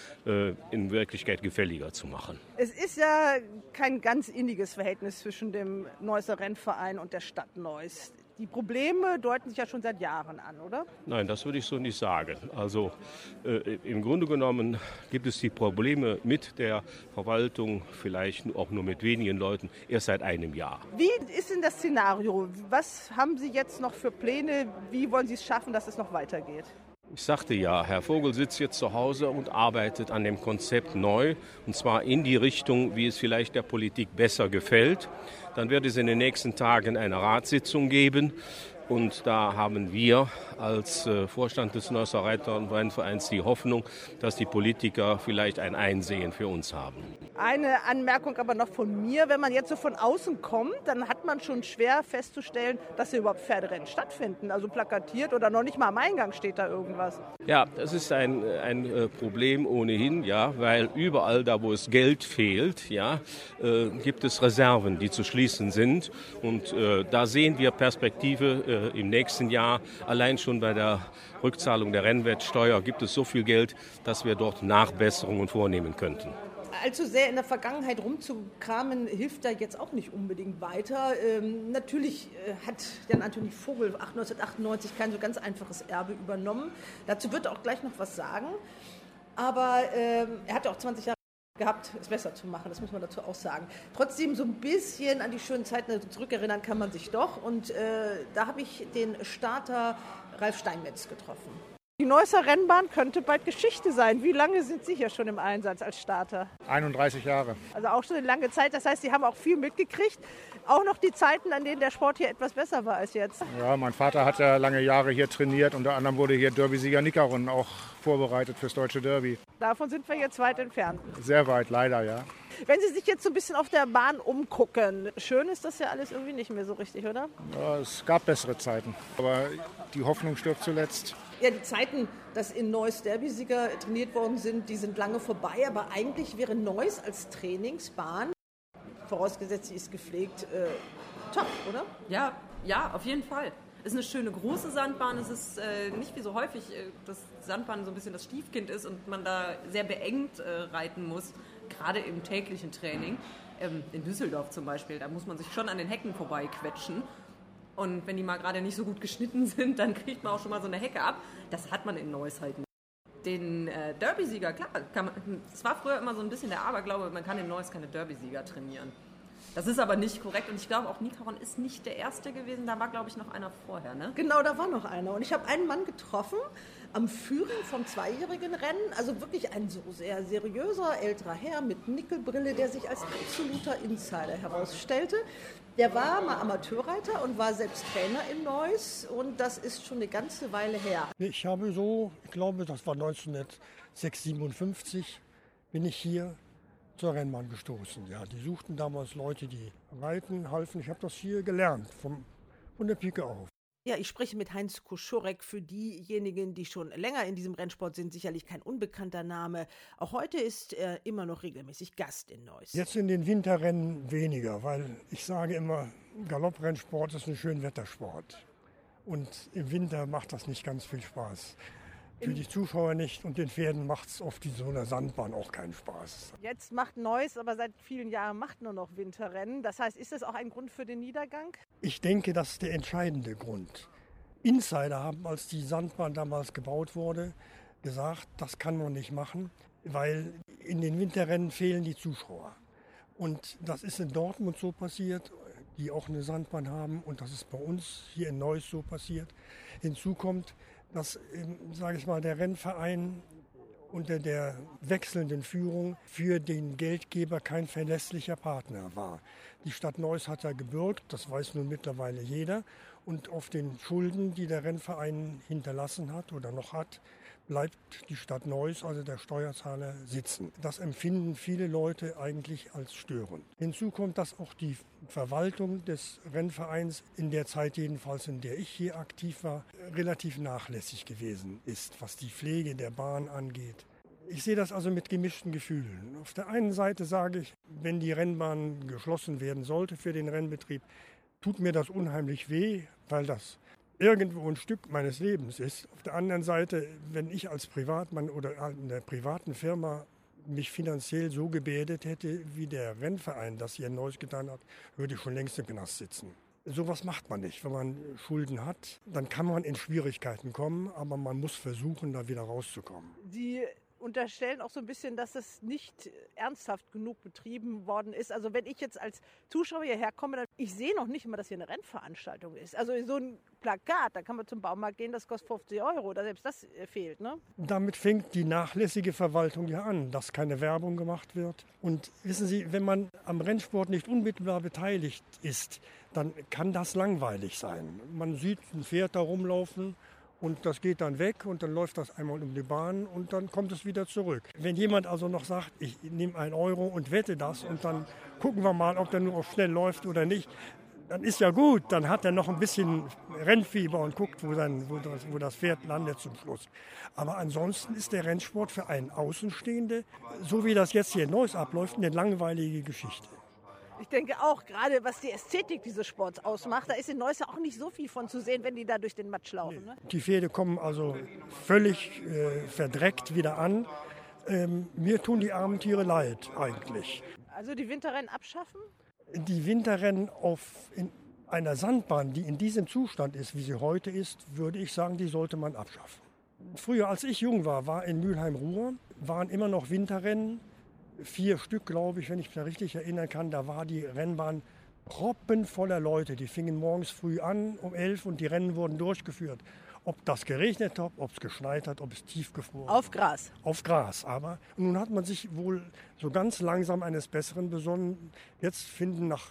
in Wirklichkeit gefälliger zu machen. Es ist ja kein ganz inniges Verhältnis zwischen dem Neusser Rennverein und der Stadt Neuss. Die Probleme deuten sich ja schon seit Jahren an, oder? Nein, das würde ich so nicht sagen. Also im Grunde genommen gibt es die Probleme mit der Verwaltung, vielleicht auch nur mit wenigen Leuten, erst seit einem Jahr. Wie ist denn das Szenario? Was haben Sie jetzt noch für Pläne? Wie wollen Sie es schaffen, dass es noch weitergeht? Ich sagte ja, Herr Vogel sitzt jetzt zu Hause und arbeitet an dem Konzept neu, und zwar in die Richtung, wie es vielleicht der Politik besser gefällt. Dann wird es in den nächsten Tagen eine Ratssitzung geben. Und da haben wir als Vorstand des Neusser Reiter- und Rennvereins die Hoffnung, dass die Politiker vielleicht ein Einsehen für uns haben. Eine Anmerkung aber noch von mir. Wenn man jetzt so von außen kommt, dann hat man schon schwer festzustellen, dass hier überhaupt Pferderennen stattfinden. Also plakatiert oder noch nicht mal am Eingang steht da irgendwas. Ja, das ist ein Problem ohnehin, ja, weil überall da, wo es Geld fehlt, ja, gibt es Reserven, die zu schließen sind. Und da sehen wir Perspektive im nächsten Jahr. Allein schon bei der Rückzahlung der Rennwertsteuer gibt es so viel Geld, dass wir dort Nachbesserungen vornehmen könnten. Allzu sehr in der Vergangenheit rumzukramen, hilft da jetzt auch nicht unbedingt weiter. Natürlich hat Jan Antoni Vogel 1998 kein so ganz einfaches Erbe übernommen. Dazu wird er auch gleich noch was sagen. Aber er hat auch 20 Jahre gehabt, es besser zu machen, das muss man dazu auch sagen. Trotzdem so ein bisschen an die schönen Zeiten zurückerinnern kann man sich doch. Und da habe ich den Starter Ralf Steinmetz getroffen. Die Neusser Rennbahn könnte bald Geschichte sein. Wie lange sind Sie hier schon im Einsatz als Starter? 31 Jahre. Also auch schon eine lange Zeit. Das heißt, Sie haben auch viel mitgekriegt. Auch noch die Zeiten, an denen der Sport hier etwas besser war als jetzt. Ja, mein Vater hat ja lange Jahre hier trainiert. Unter anderem wurde hier Derby-Sieger Nickeron auch vorbereitet fürs Deutsche Derby. Davon sind wir jetzt weit entfernt. Sehr weit, leider, ja. Wenn Sie sich jetzt so ein bisschen auf der Bahn umgucken, schön ist das ja alles irgendwie nicht mehr so richtig, oder? Ja, es gab bessere Zeiten. Aber die Hoffnung stirbt zuletzt. Ja, die Zeiten, dass in Neuss Derby-Sieger trainiert worden sind, die sind lange vorbei. Aber eigentlich wäre Neuss als Trainingsbahn, vorausgesetzt sie ist gepflegt, top, oder? Ja, auf jeden Fall. Es ist eine schöne große Sandbahn. Es ist nicht wie so häufig, dass Sandbahn so ein bisschen das Stiefkind ist und man da sehr beengt reiten muss, gerade im täglichen Training. In Düsseldorf zum Beispiel, da muss man sich schon an den Hecken vorbeiquetschen. Und wenn die mal gerade nicht so gut geschnitten sind, dann kriegt man auch schon mal so eine Hecke ab. Das hat man in Neuss halt nicht. Den Derby-Sieger, klar, das war früher immer so ein bisschen der Aberglaube, man kann in Neuss keine Derby-Sieger trainieren. Das ist aber nicht korrekt und ich glaube auch Nickeron ist nicht der Erste gewesen, da war glaube ich noch einer vorher, ne? Genau, da war noch einer und ich habe einen Mann getroffen am Führen vom zweijährigen Rennen, also wirklich ein so sehr seriöser älterer Herr mit Nickelbrille, der sich als absoluter Insider herausstellte. Der war mal Amateurreiter und war selbst Trainer in Neuss und das ist schon eine ganze Weile her. Ich habe ich glaube, das war 1957, bin ich hier zur Rennbahn gestoßen. Ja, die suchten damals Leute, die reiten, halfen. Ich habe das hier gelernt, von der Pike auf. Ja, ich spreche mit Heinz Koschorek. Für diejenigen, die schon länger in diesem Rennsport sind, sicherlich kein unbekannter Name. Auch heute ist er immer noch regelmäßig Gast in Neuss. Jetzt in den Winterrennen weniger, weil ich sage immer, Galopprennsport ist ein Schönwettersport. Und im Winter macht das nicht ganz viel Spaß. Für die Zuschauer nicht und den Pferden macht es auf so einer Sandbahn auch keinen Spaß. Jetzt macht Neuss, aber seit vielen Jahren macht nur noch Winterrennen. Das heißt, ist das auch ein Grund für den Niedergang? Ich denke, das ist der entscheidende Grund. Insider haben, als die Sandbahn damals gebaut wurde, gesagt, das kann man nicht machen, weil in den Winterrennen fehlen die Zuschauer. Und das ist in Dortmund so passiert, die auch eine Sandbahn haben, und das ist bei uns hier in Neuss so passiert. Hinzu kommt, dass, sage ich mal, der Rennverein unter der wechselnden Führung für den Geldgeber kein verlässlicher Partner war. Die Stadt Neuss hat ja gebürgt, das weiß nun mittlerweile jeder, und auf den Schulden, die der Rennverein hinterlassen hat oder noch hat, bleibt die Stadt Neuss, also der Steuerzahler, sitzen. Das empfinden viele Leute eigentlich als störend. Hinzu kommt, dass auch die Verwaltung des Rennvereins in der Zeit jedenfalls, in der ich hier aktiv war, relativ nachlässig gewesen ist, was die Pflege der Bahn angeht. Ich sehe das also mit gemischten Gefühlen. Auf der einen Seite sage ich, wenn die Rennbahn geschlossen werden sollte für den Rennbetrieb, tut mir das unheimlich weh, weil das irgendwo ein Stück meines Lebens ist. Auf der anderen Seite, wenn ich als Privatmann oder in der privaten Firma mich finanziell so gebärdet hätte, wie der Rennverein das hier in Neuss getan hat, würde ich schon längst im Knast sitzen. Sowas macht man nicht. Wenn man Schulden hat, dann kann man in Schwierigkeiten kommen, aber man muss versuchen, da wieder rauszukommen. Sie unterstellen auch so ein bisschen, dass es nicht ernsthaft genug betrieben worden ist. Also wenn ich jetzt als Zuschauer hierher komme, dann ich sehe noch nicht mal, dass hier eine Rennveranstaltung ist. Also so ein Plakat, da kann man zum Baumarkt gehen, das kostet 50 €, oder selbst das fehlt, ne? Damit fängt die nachlässige Verwaltung ja an, dass keine Werbung gemacht wird. Und wissen Sie, wenn man am Rennsport nicht unmittelbar beteiligt ist, dann kann das langweilig sein. Man sieht ein Pferd da rumlaufen, und das geht dann weg und dann läuft das einmal um die Bahn und dann kommt es wieder zurück. Wenn jemand also noch sagt, ich nehme 1 € und wette das und dann gucken wir mal, ob der nur auf schnell läuft oder nicht, dann ist ja gut, dann hat er noch ein bisschen Rennfieber und guckt, wo das Pferd landet zum Schluss. Aber ansonsten ist der Rennsport für einen Außenstehende, so wie das jetzt hier in Neuss abläuft, eine langweilige Geschichte. Ich denke auch, gerade was die Ästhetik dieses Sports ausmacht, da ist in Neuss ja auch nicht so viel von zu sehen, wenn die da durch den Matsch laufen. Ne? Die Pferde kommen also völlig verdreckt wieder an. Mir tun die armen Tiere leid eigentlich. Also die Winterrennen abschaffen? Die Winterrennen in einer Sandbahn, die in diesem Zustand ist, wie sie heute ist, würde ich sagen, die sollte man abschaffen. Früher, als ich jung war in Mülheim-Ruhr, waren immer noch Winterrennen. 4 Stück, glaube ich, wenn ich mich da richtig erinnern kann. Da war die Rennbahn proppenvoller Leute. Die fingen morgens früh an um 11 und die Rennen wurden durchgeführt. Ob das geregnet hat, ob es geschneit hat, ob es tief gefroren Auf Gras? Auf Gras. Aber nun hat man sich wohl so ganz langsam eines Besseren besonnen. Jetzt finden nach,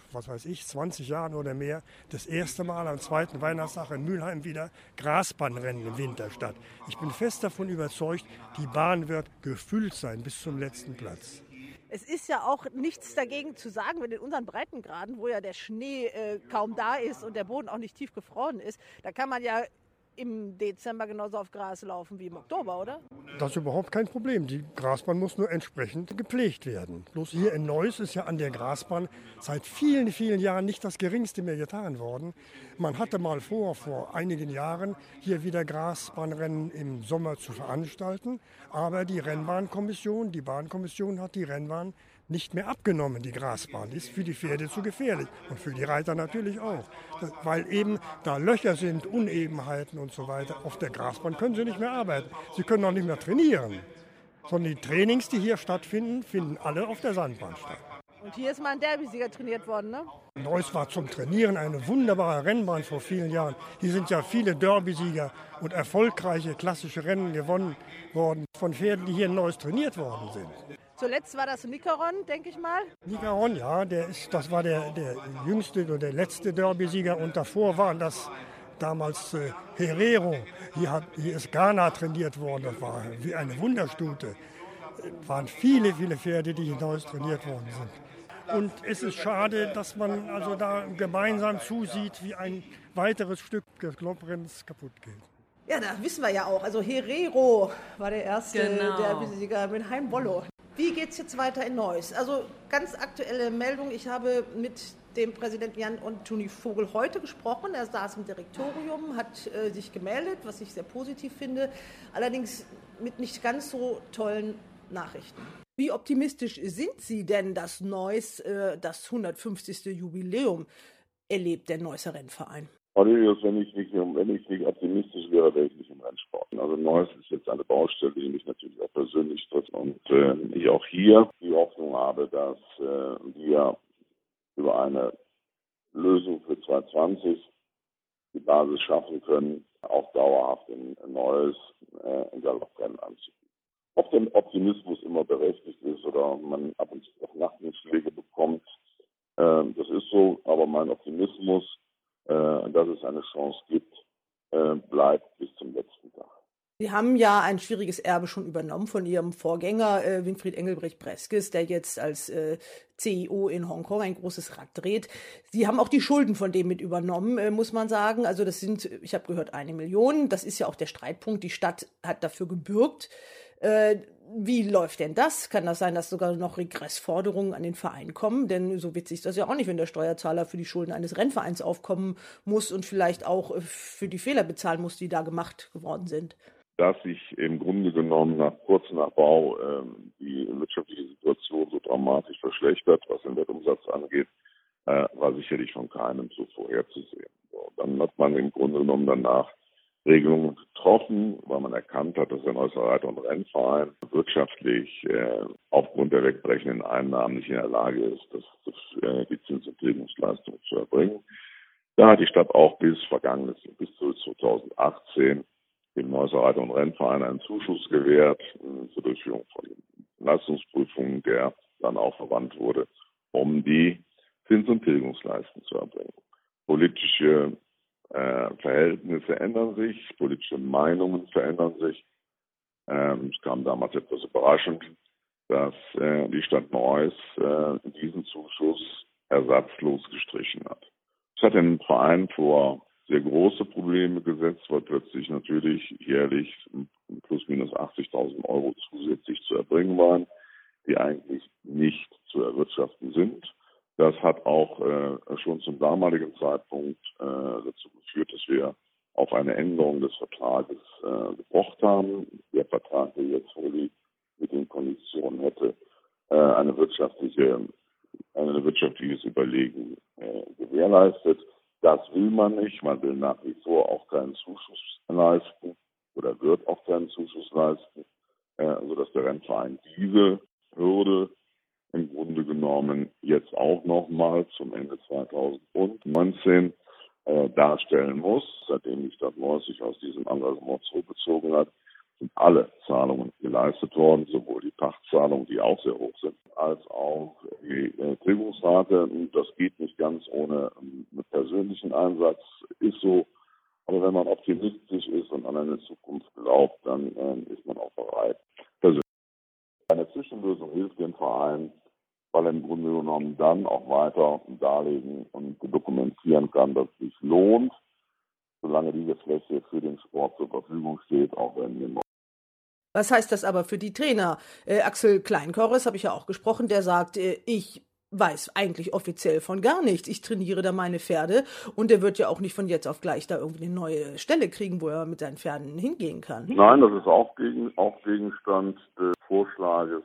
20 Jahren oder mehr, das erste Mal am 2. Weihnachtstag in Mülheim wieder Grasbahnrennen im Winter statt. Ich bin fest davon überzeugt, die Bahn wird gefüllt sein bis zum letzten Platz. Es ist ja auch nichts dagegen zu sagen, wenn in unseren Breitengraden, wo ja der Schnee kaum da ist und der Boden auch nicht tief gefroren ist, da kann man ja im Dezember genauso auf Gras laufen wie im Oktober, oder? Das ist überhaupt kein Problem. Die Grasbahn muss nur entsprechend gepflegt werden. Bloß hier in Neuss ist ja an der Grasbahn seit vielen, vielen Jahren nicht das Geringste mehr getan worden. Man hatte mal vor einigen Jahren, hier wieder Grasbahnrennen im Sommer zu veranstalten. Aber die Bahnkommission hat die Rennbahn nicht mehr abgenommen, die Grasbahn. Die ist für die Pferde zu gefährlich und für die Reiter natürlich auch. Weil eben da Löcher sind, Unebenheiten und so weiter. Auf der Grasbahn können sie nicht mehr arbeiten. Sie können auch nicht mehr trainieren. Sondern die Trainings, die hier stattfinden, finden alle auf der Sandbahn statt. Und hier ist mal ein Derbysieger trainiert worden, ne? Neuss war zum Trainieren eine wunderbare Rennbahn vor vielen Jahren. Hier sind ja viele Derbysieger und erfolgreiche klassische Rennen gewonnen worden von Pferden, die hier in Neuss trainiert worden sind. Zuletzt war das Nikaron, denke ich mal. Nikaron, ja, das war der jüngste oder der letzte Derbysieger und davor waren das damals Herero. Hier ist Ghana trainiert worden, das war wie eine Wunderstute. Es waren viele, viele Pferde, die in Neuss trainiert worden sind. Und es ist schade, dass man also da gemeinsam zusieht, wie ein weiteres Stück des Galopprennens kaputt geht. Ja, da wissen wir ja auch. Also Herero war der erste Derbysieger mit Heim Wollo. Wie geht es jetzt weiter in Neuss? Also ganz aktuelle Meldung, ich habe mit dem Präsidenten Jan-Anthony Vogel heute gesprochen. Er saß im Direktorium, hat sich gemeldet, was ich sehr positiv finde, allerdings mit nicht ganz so tollen Nachrichten. Wie optimistisch sind Sie denn, dass Neuss das 150. Jubiläum erlebt, der Neusser Rennverein? Cornelius, wenn ich nicht optimistisch wäre, wäre ich nicht im Rennsport. Also Neuss ist jetzt eine Baustelle, die mich natürlich auch persönlich trifft und ich auch hier die Hoffnung habe, dass wir über eine Lösung für 2020 die Basis schaffen können, auch dauerhaft in Neuss ein Galopprennen anzubieten. Ob der Optimismus immer berechtigt ist oder man ab und zu auch Nachtschläge bekommt, das ist so, aber mein Optimismus, dass es eine Chance gibt, bleibt bis zum letzten Tag. Sie haben ja ein schwieriges Erbe schon übernommen von Ihrem Vorgänger Winfried Engelbrecht-Breskes, der jetzt als CEO in Hongkong ein großes Rad dreht. Sie haben auch die Schulden von dem mit übernommen, muss man sagen. Also das sind, ich habe gehört, 1 Million. Das ist ja auch der Streitpunkt. Die Stadt hat dafür gebürgt. Wie läuft denn das? Kann das sein, dass sogar noch Regressforderungen an den Verein kommen? Denn so witzig ist das ja auch nicht, wenn der Steuerzahler für die Schulden eines Rennvereins aufkommen muss und vielleicht auch für die Fehler bezahlen muss, die da gemacht geworden sind. Dass sich im Grunde genommen kurz nach Bau die wirtschaftliche Situation so dramatisch verschlechtert, was den Wettumsatz angeht, war sicherlich von keinem so vorherzusehen. So, dann hat man im Grunde genommen danach Regelungen getroffen, weil man erkannt hat, dass der Neusser Reiter- und Rennverein wirtschaftlich aufgrund der wegbrechenden Einnahmen nicht in der Lage ist, die Zins- und Tilgungsleistung zu erbringen. Da hat die Stadt auch bis zu 2018 dem Neusser Reiter- und Rennverein einen Zuschuss gewährt zur Durchführung von Leistungsprüfungen, der dann auch verwandt wurde, um die Zins- und Tilgungsleistung zu erbringen. Politische Verhältnisse ändern sich, politische Meinungen verändern sich. Es kam damals etwas überraschend, dass die Stadt Neuss diesen Zuschuss ersatzlos gestrichen hat. Es hat den Verein vor sehr große Probleme gesetzt, weil plötzlich natürlich jährlich plus minus 80.000 Euro zusätzlich zu erbringen waren, die eigentlich nicht zu erwirtschaften sind. Das hat auch schon zum damaligen Zeitpunkt dazu geführt, dass wir auf eine Änderung des Vertrages gepocht haben. Der Vertrag, der jetzt vorliegt, mit den Konditionen hätte ein wirtschaftliches Überlegen gewährleistet. Das will man nicht. Man will nach wie vor auch keinen Zuschuss leisten oder wird auch keinen Zuschuss leisten, sodass der Rennverein diese Hürde im Grunde genommen jetzt auch nochmal zum Ende 2019 darstellen muss. Seitdem die Stadt Neuss sich aus diesem Engagement zurückgezogen hat, sind alle Zahlungen geleistet worden, sowohl die Pachtzahlungen, die auch sehr hoch sind, als auch die Tilgungsrate. Das geht nicht ganz ohne persönlichen Einsatz, ist so. Aber wenn man optimistisch ist und an eine Zukunft glaubt, dann ist man auch bereit. Eine Zwischenlösung hilft dem Verein, weil er im Grunde genommen dann auch weiter darlegen und dokumentieren kann, dass es sich lohnt, solange diese Fläche für den Sport zur Verfügung steht, auch wenn wir. Was heißt das aber für die Trainer? Axel Kleinkorres habe ich ja auch gesprochen, der sagt, ich weiß eigentlich offiziell von gar nichts. Ich trainiere da meine Pferde und der wird ja auch nicht von jetzt auf gleich da irgendwie eine neue Stelle kriegen, wo er mit seinen Pferden hingehen kann. Nein, das ist auch Gegenstand des Vorschlages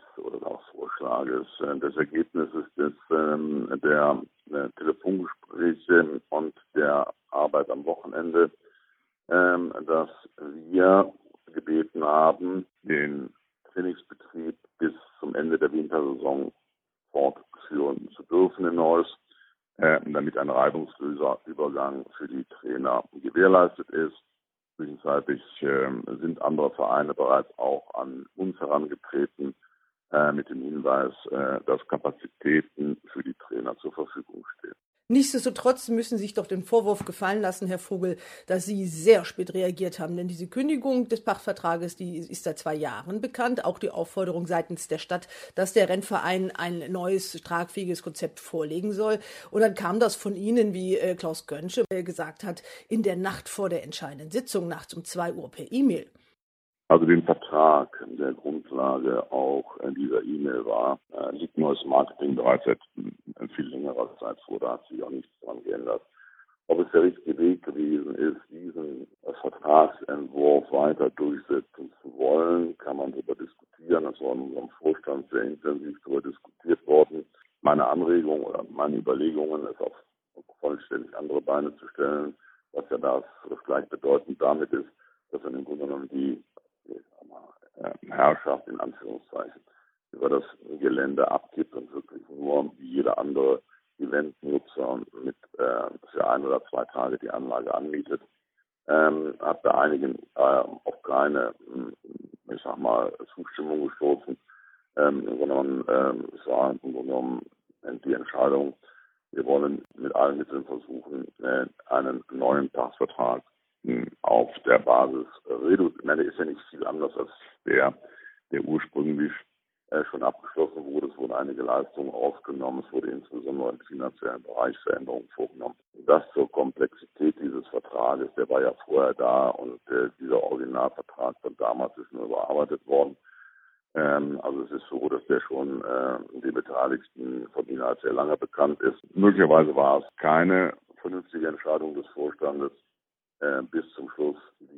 des Ergebnisses der Telefongespräche und der Arbeit am Wochenende, dass wir gebeten haben, den Trainingsbetrieb bis zum Ende der Wintersaison fortführen zu dürfen in Neuss, damit ein reibungsloser Übergang für die Trainer gewährleistet ist. Zwischenzeitlich sind andere Vereine bereits auch an uns herangetreten mit dem Hinweis, dass Kapazitäten für die Trainer zur Verfügung stehen. Nichtsdestotrotz müssen Sie sich doch den Vorwurf gefallen lassen, Herr Vogel, dass Sie sehr spät reagiert haben. Denn diese Kündigung des Pachtvertrages, die ist seit 2 Jahren bekannt. Auch die Aufforderung seitens der Stadt, dass der Rennverein ein neues, tragfähiges Konzept vorlegen soll. Und dann kam das von Ihnen, wie Klaus Gönsche gesagt hat, in der Nacht vor der entscheidenden Sitzung, nachts um 2 Uhr per E-Mail. Also den Vertrag, der Grundlage auch dieser E-Mail war, liegt neues Marketing bereits seit viel längerer Zeit vor, da hat sich auch nichts daran geändert. Ob es der richtige Weg gewesen ist, diesen Vertragsentwurf weiter durchsetzen zu wollen, kann man darüber diskutieren. Das war in unserem Vorstand sehr intensiv darüber diskutiert worden. Meine Anregung oder meine Überlegungen, es auf vollständig andere Beine zu stellen, was ja das gleichbedeutend damit ist, dass man im Grunde genommen die Herrschaft in Anführungszeichen über das Gelände abgibt und wirklich nur wie jeder andere Eventnutzer mit für 1 oder 2 Tage die Anlage anmietet, hat bei einigen auf keine, Zustimmung gestoßen. Im Grunde genommen, es war im Grunde genommen die Entscheidung, wir wollen mit allen Mitteln versuchen, einen neuen Pachtvertrag auf der Basis der ist ja nicht viel anders als der ursprünglich schon abgeschlossen wurde. Es wurden einige Leistungen aufgenommen. Es wurde insbesondere im finanziellen Bereich Veränderungen vorgenommen. Das zur Komplexität dieses Vertrages, der war ja vorher da und dieser Originalvertrag von damals ist nur überarbeitet worden. Also es ist so, dass der schon den Beteiligten von Ihnen als sehr lange bekannt ist. Möglicherweise war es keine vernünftige Entscheidung des Vorstandes, bis zum Schluss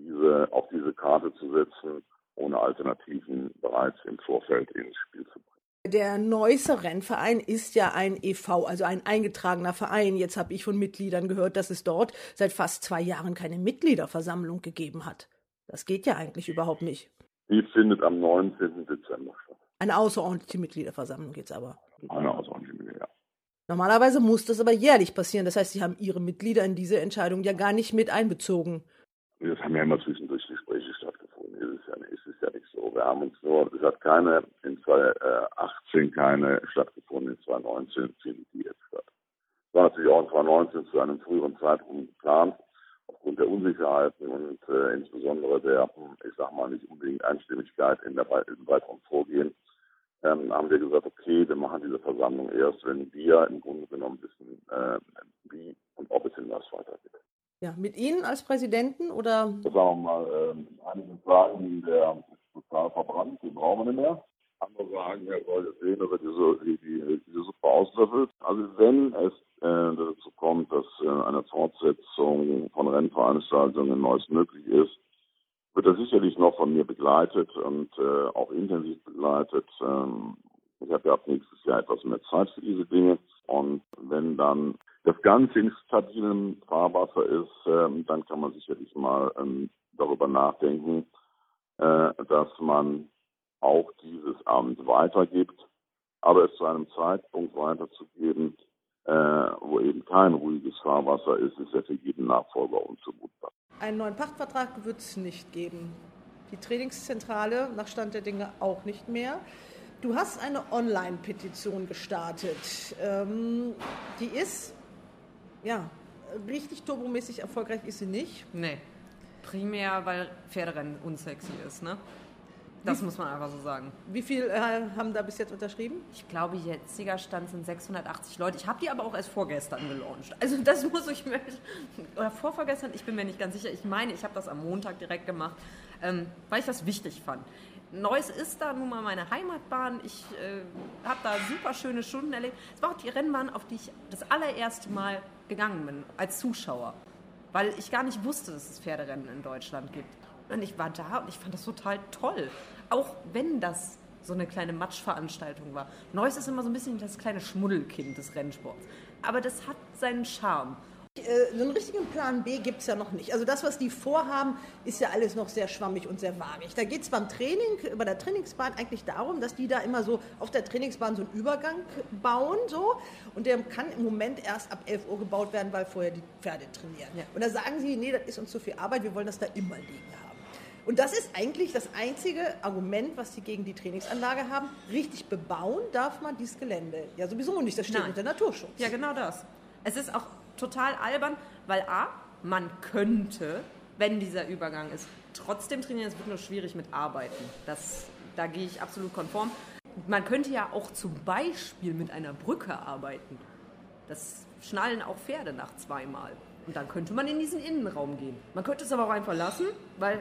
auf diese Karte zu setzen, ohne Alternativen bereits im Vorfeld ins Spiel zu bringen. Der Neusser Rennverein ist ja ein e.V., also ein eingetragener Verein. Jetzt habe ich von Mitgliedern gehört, dass es dort seit fast 2 Jahren keine Mitgliederversammlung gegeben hat. Das geht ja eigentlich überhaupt nicht. Die findet am 19. Dezember statt. Eine außerordentliche Mitgliederversammlung jetzt aber. Eine außerordentliche Mitgliederversammlung, ja. Normalerweise muss das aber jährlich passieren. Das heißt, Sie haben Ihre Mitglieder in diese Entscheidung ja gar nicht mit einbezogen. Es haben ja immer zwischendurch Gespräche stattgefunden. Es ist ja nicht so. Es hat keine in 2018 keine stattgefunden, in 2019 finden die jetzt statt. Es war natürlich auch in 2019 zu einem früheren Zeitpunkt geplant, aufgrund der Unsicherheiten und insbesondere der, nicht unbedingt Einstimmigkeit im weiteren Vorgehen. Haben wir gesagt, okay, wir machen diese Versammlung erst, wenn wir im Grunde genommen wissen, wie und ob es in was weitergeht. Ja, mit Ihnen als Präsidenten oder? Sagen wir mal, einige sagen, der ist total verbrannt, den brauchen wir nicht mehr. Andere sagen, er soll jetzt sehen, dass er diese Suppe auslöffelt. Also wenn es dazu kommt, dass eine Fortsetzung von Rennveranstaltungen in Neuss möglich ist, wird das sicherlich noch von mir begleitet und auch intensiv begleitet. Ich habe ja ab nächstes Jahr etwas mehr Zeit für diese Dinge. Und wenn dann das Ganze in stabilem Fahrwasser ist, dann kann man sicherlich mal darüber nachdenken, dass man auch dieses Amt weitergibt, aber es zu einem Zeitpunkt weiterzugeben, wo eben kein ruhiges Fahrwasser ist ja für jeden Nachfolger unzumutbar. Einen neuen Pachtvertrag wird es nicht geben. Die Trainingszentrale nach Stand der Dinge auch nicht mehr. Du hast eine Online-Petition gestartet. Die ist, richtig turbomäßig erfolgreich ist sie nicht. Nee, primär, weil Pferderennen unsexy ist, ne? Das muss man einfach so sagen. Wie viel haben da bis jetzt unterschrieben? Ich glaube, jetziger Stand sind 680 Leute. Ich habe die aber auch erst vorgestern gelauncht. Also das muss ich mir... Oder vorgestern, ich bin mir nicht ganz sicher. Ich meine, ich habe das am Montag direkt gemacht, weil ich das wichtig fand. Neuss ist da nun mal meine Heimatbahn. Ich habe da super schöne Stunden erlebt. Es war auch die Rennbahn, auf die ich das allererste Mal gegangen bin, als Zuschauer. Weil ich gar nicht wusste, dass es Pferderennen in Deutschland gibt. Und ich war da und ich fand das total toll. Auch wenn das so eine kleine Matschveranstaltung war. Neuss ist immer so ein bisschen das kleine Schmuddelkind des Rennsports. Aber das hat seinen Charme. So einen richtigen Plan B gibt es ja noch nicht. Also das, was die vorhaben, ist ja alles noch sehr schwammig und sehr vagig. Da geht es beim Training, bei der Trainingsbahn eigentlich darum, dass die da immer so auf der Trainingsbahn so einen Übergang bauen. So. Und der kann im Moment erst ab 11 Uhr gebaut werden, weil vorher die Pferde trainieren. Ja. Und da sagen sie, nee, das ist uns zu viel Arbeit, wir wollen das da immer liegen haben. Und das ist eigentlich das einzige Argument, was sie gegen die Trainingsanlage haben. Richtig bebauen darf man dieses Gelände ja sowieso nicht. Das steht unter Naturschutz. Ja, genau das. Es ist auch total albern, weil man könnte, wenn dieser Übergang ist, trotzdem trainieren. Es wird nur schwierig mit Arbeiten. Da gehe ich absolut konform. Man könnte ja auch zum Beispiel mit einer Brücke arbeiten. Das schnallen auch Pferde nach 2-mal. Und dann könnte man in diesen Innenraum gehen. Man könnte es aber auch einfach lassen, weil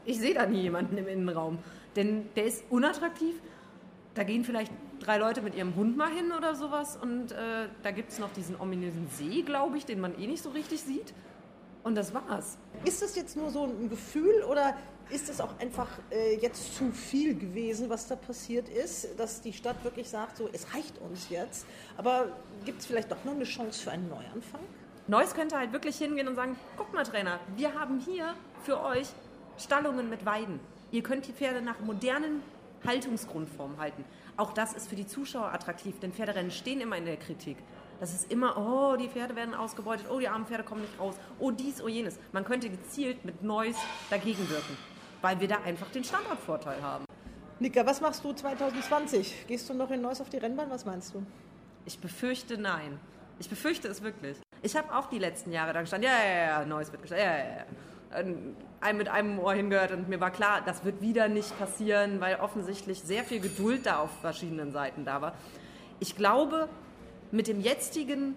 Ich sehe da nie jemanden im Innenraum, denn der ist unattraktiv. Da gehen vielleicht 3 Leute mit ihrem Hund mal hin oder sowas und da gibt es noch diesen ominösen See, glaube ich, den man eh nicht so richtig sieht. Und das war's. Ist das jetzt nur so ein Gefühl oder ist es auch einfach jetzt zu viel gewesen, was da passiert ist, dass die Stadt wirklich sagt, so, es reicht uns jetzt. Aber gibt es vielleicht doch noch eine Chance für einen Neuanfang? Neuss könnte halt wirklich hingehen und sagen, guck mal Trainer, wir haben hier für euch Stallungen mit Weiden. Ihr könnt die Pferde nach modernen Haltungsgrundformen halten. Auch das ist für die Zuschauer attraktiv, denn Pferderennen stehen immer in der Kritik. Das ist immer, oh, die Pferde werden ausgebeutet, oh, die armen Pferde kommen nicht raus, oh, dies, oh, jenes. Man könnte gezielt mit Neuss dagegen wirken, weil wir da einfach den Standortvorteil haben. Nika, was machst du 2020? Gehst du noch in Neuss auf die Rennbahn? Was meinst du? Ich befürchte, nein. Ich befürchte es wirklich. Ich habe auch die letzten Jahre da gestanden, ja, Neuss wird gestanden, ja. Mit einem Ohr hingehört und mir war klar, das wird wieder nicht passieren, weil offensichtlich sehr viel Geduld da auf verschiedenen Seiten da war. Ich glaube, mit der jetzigen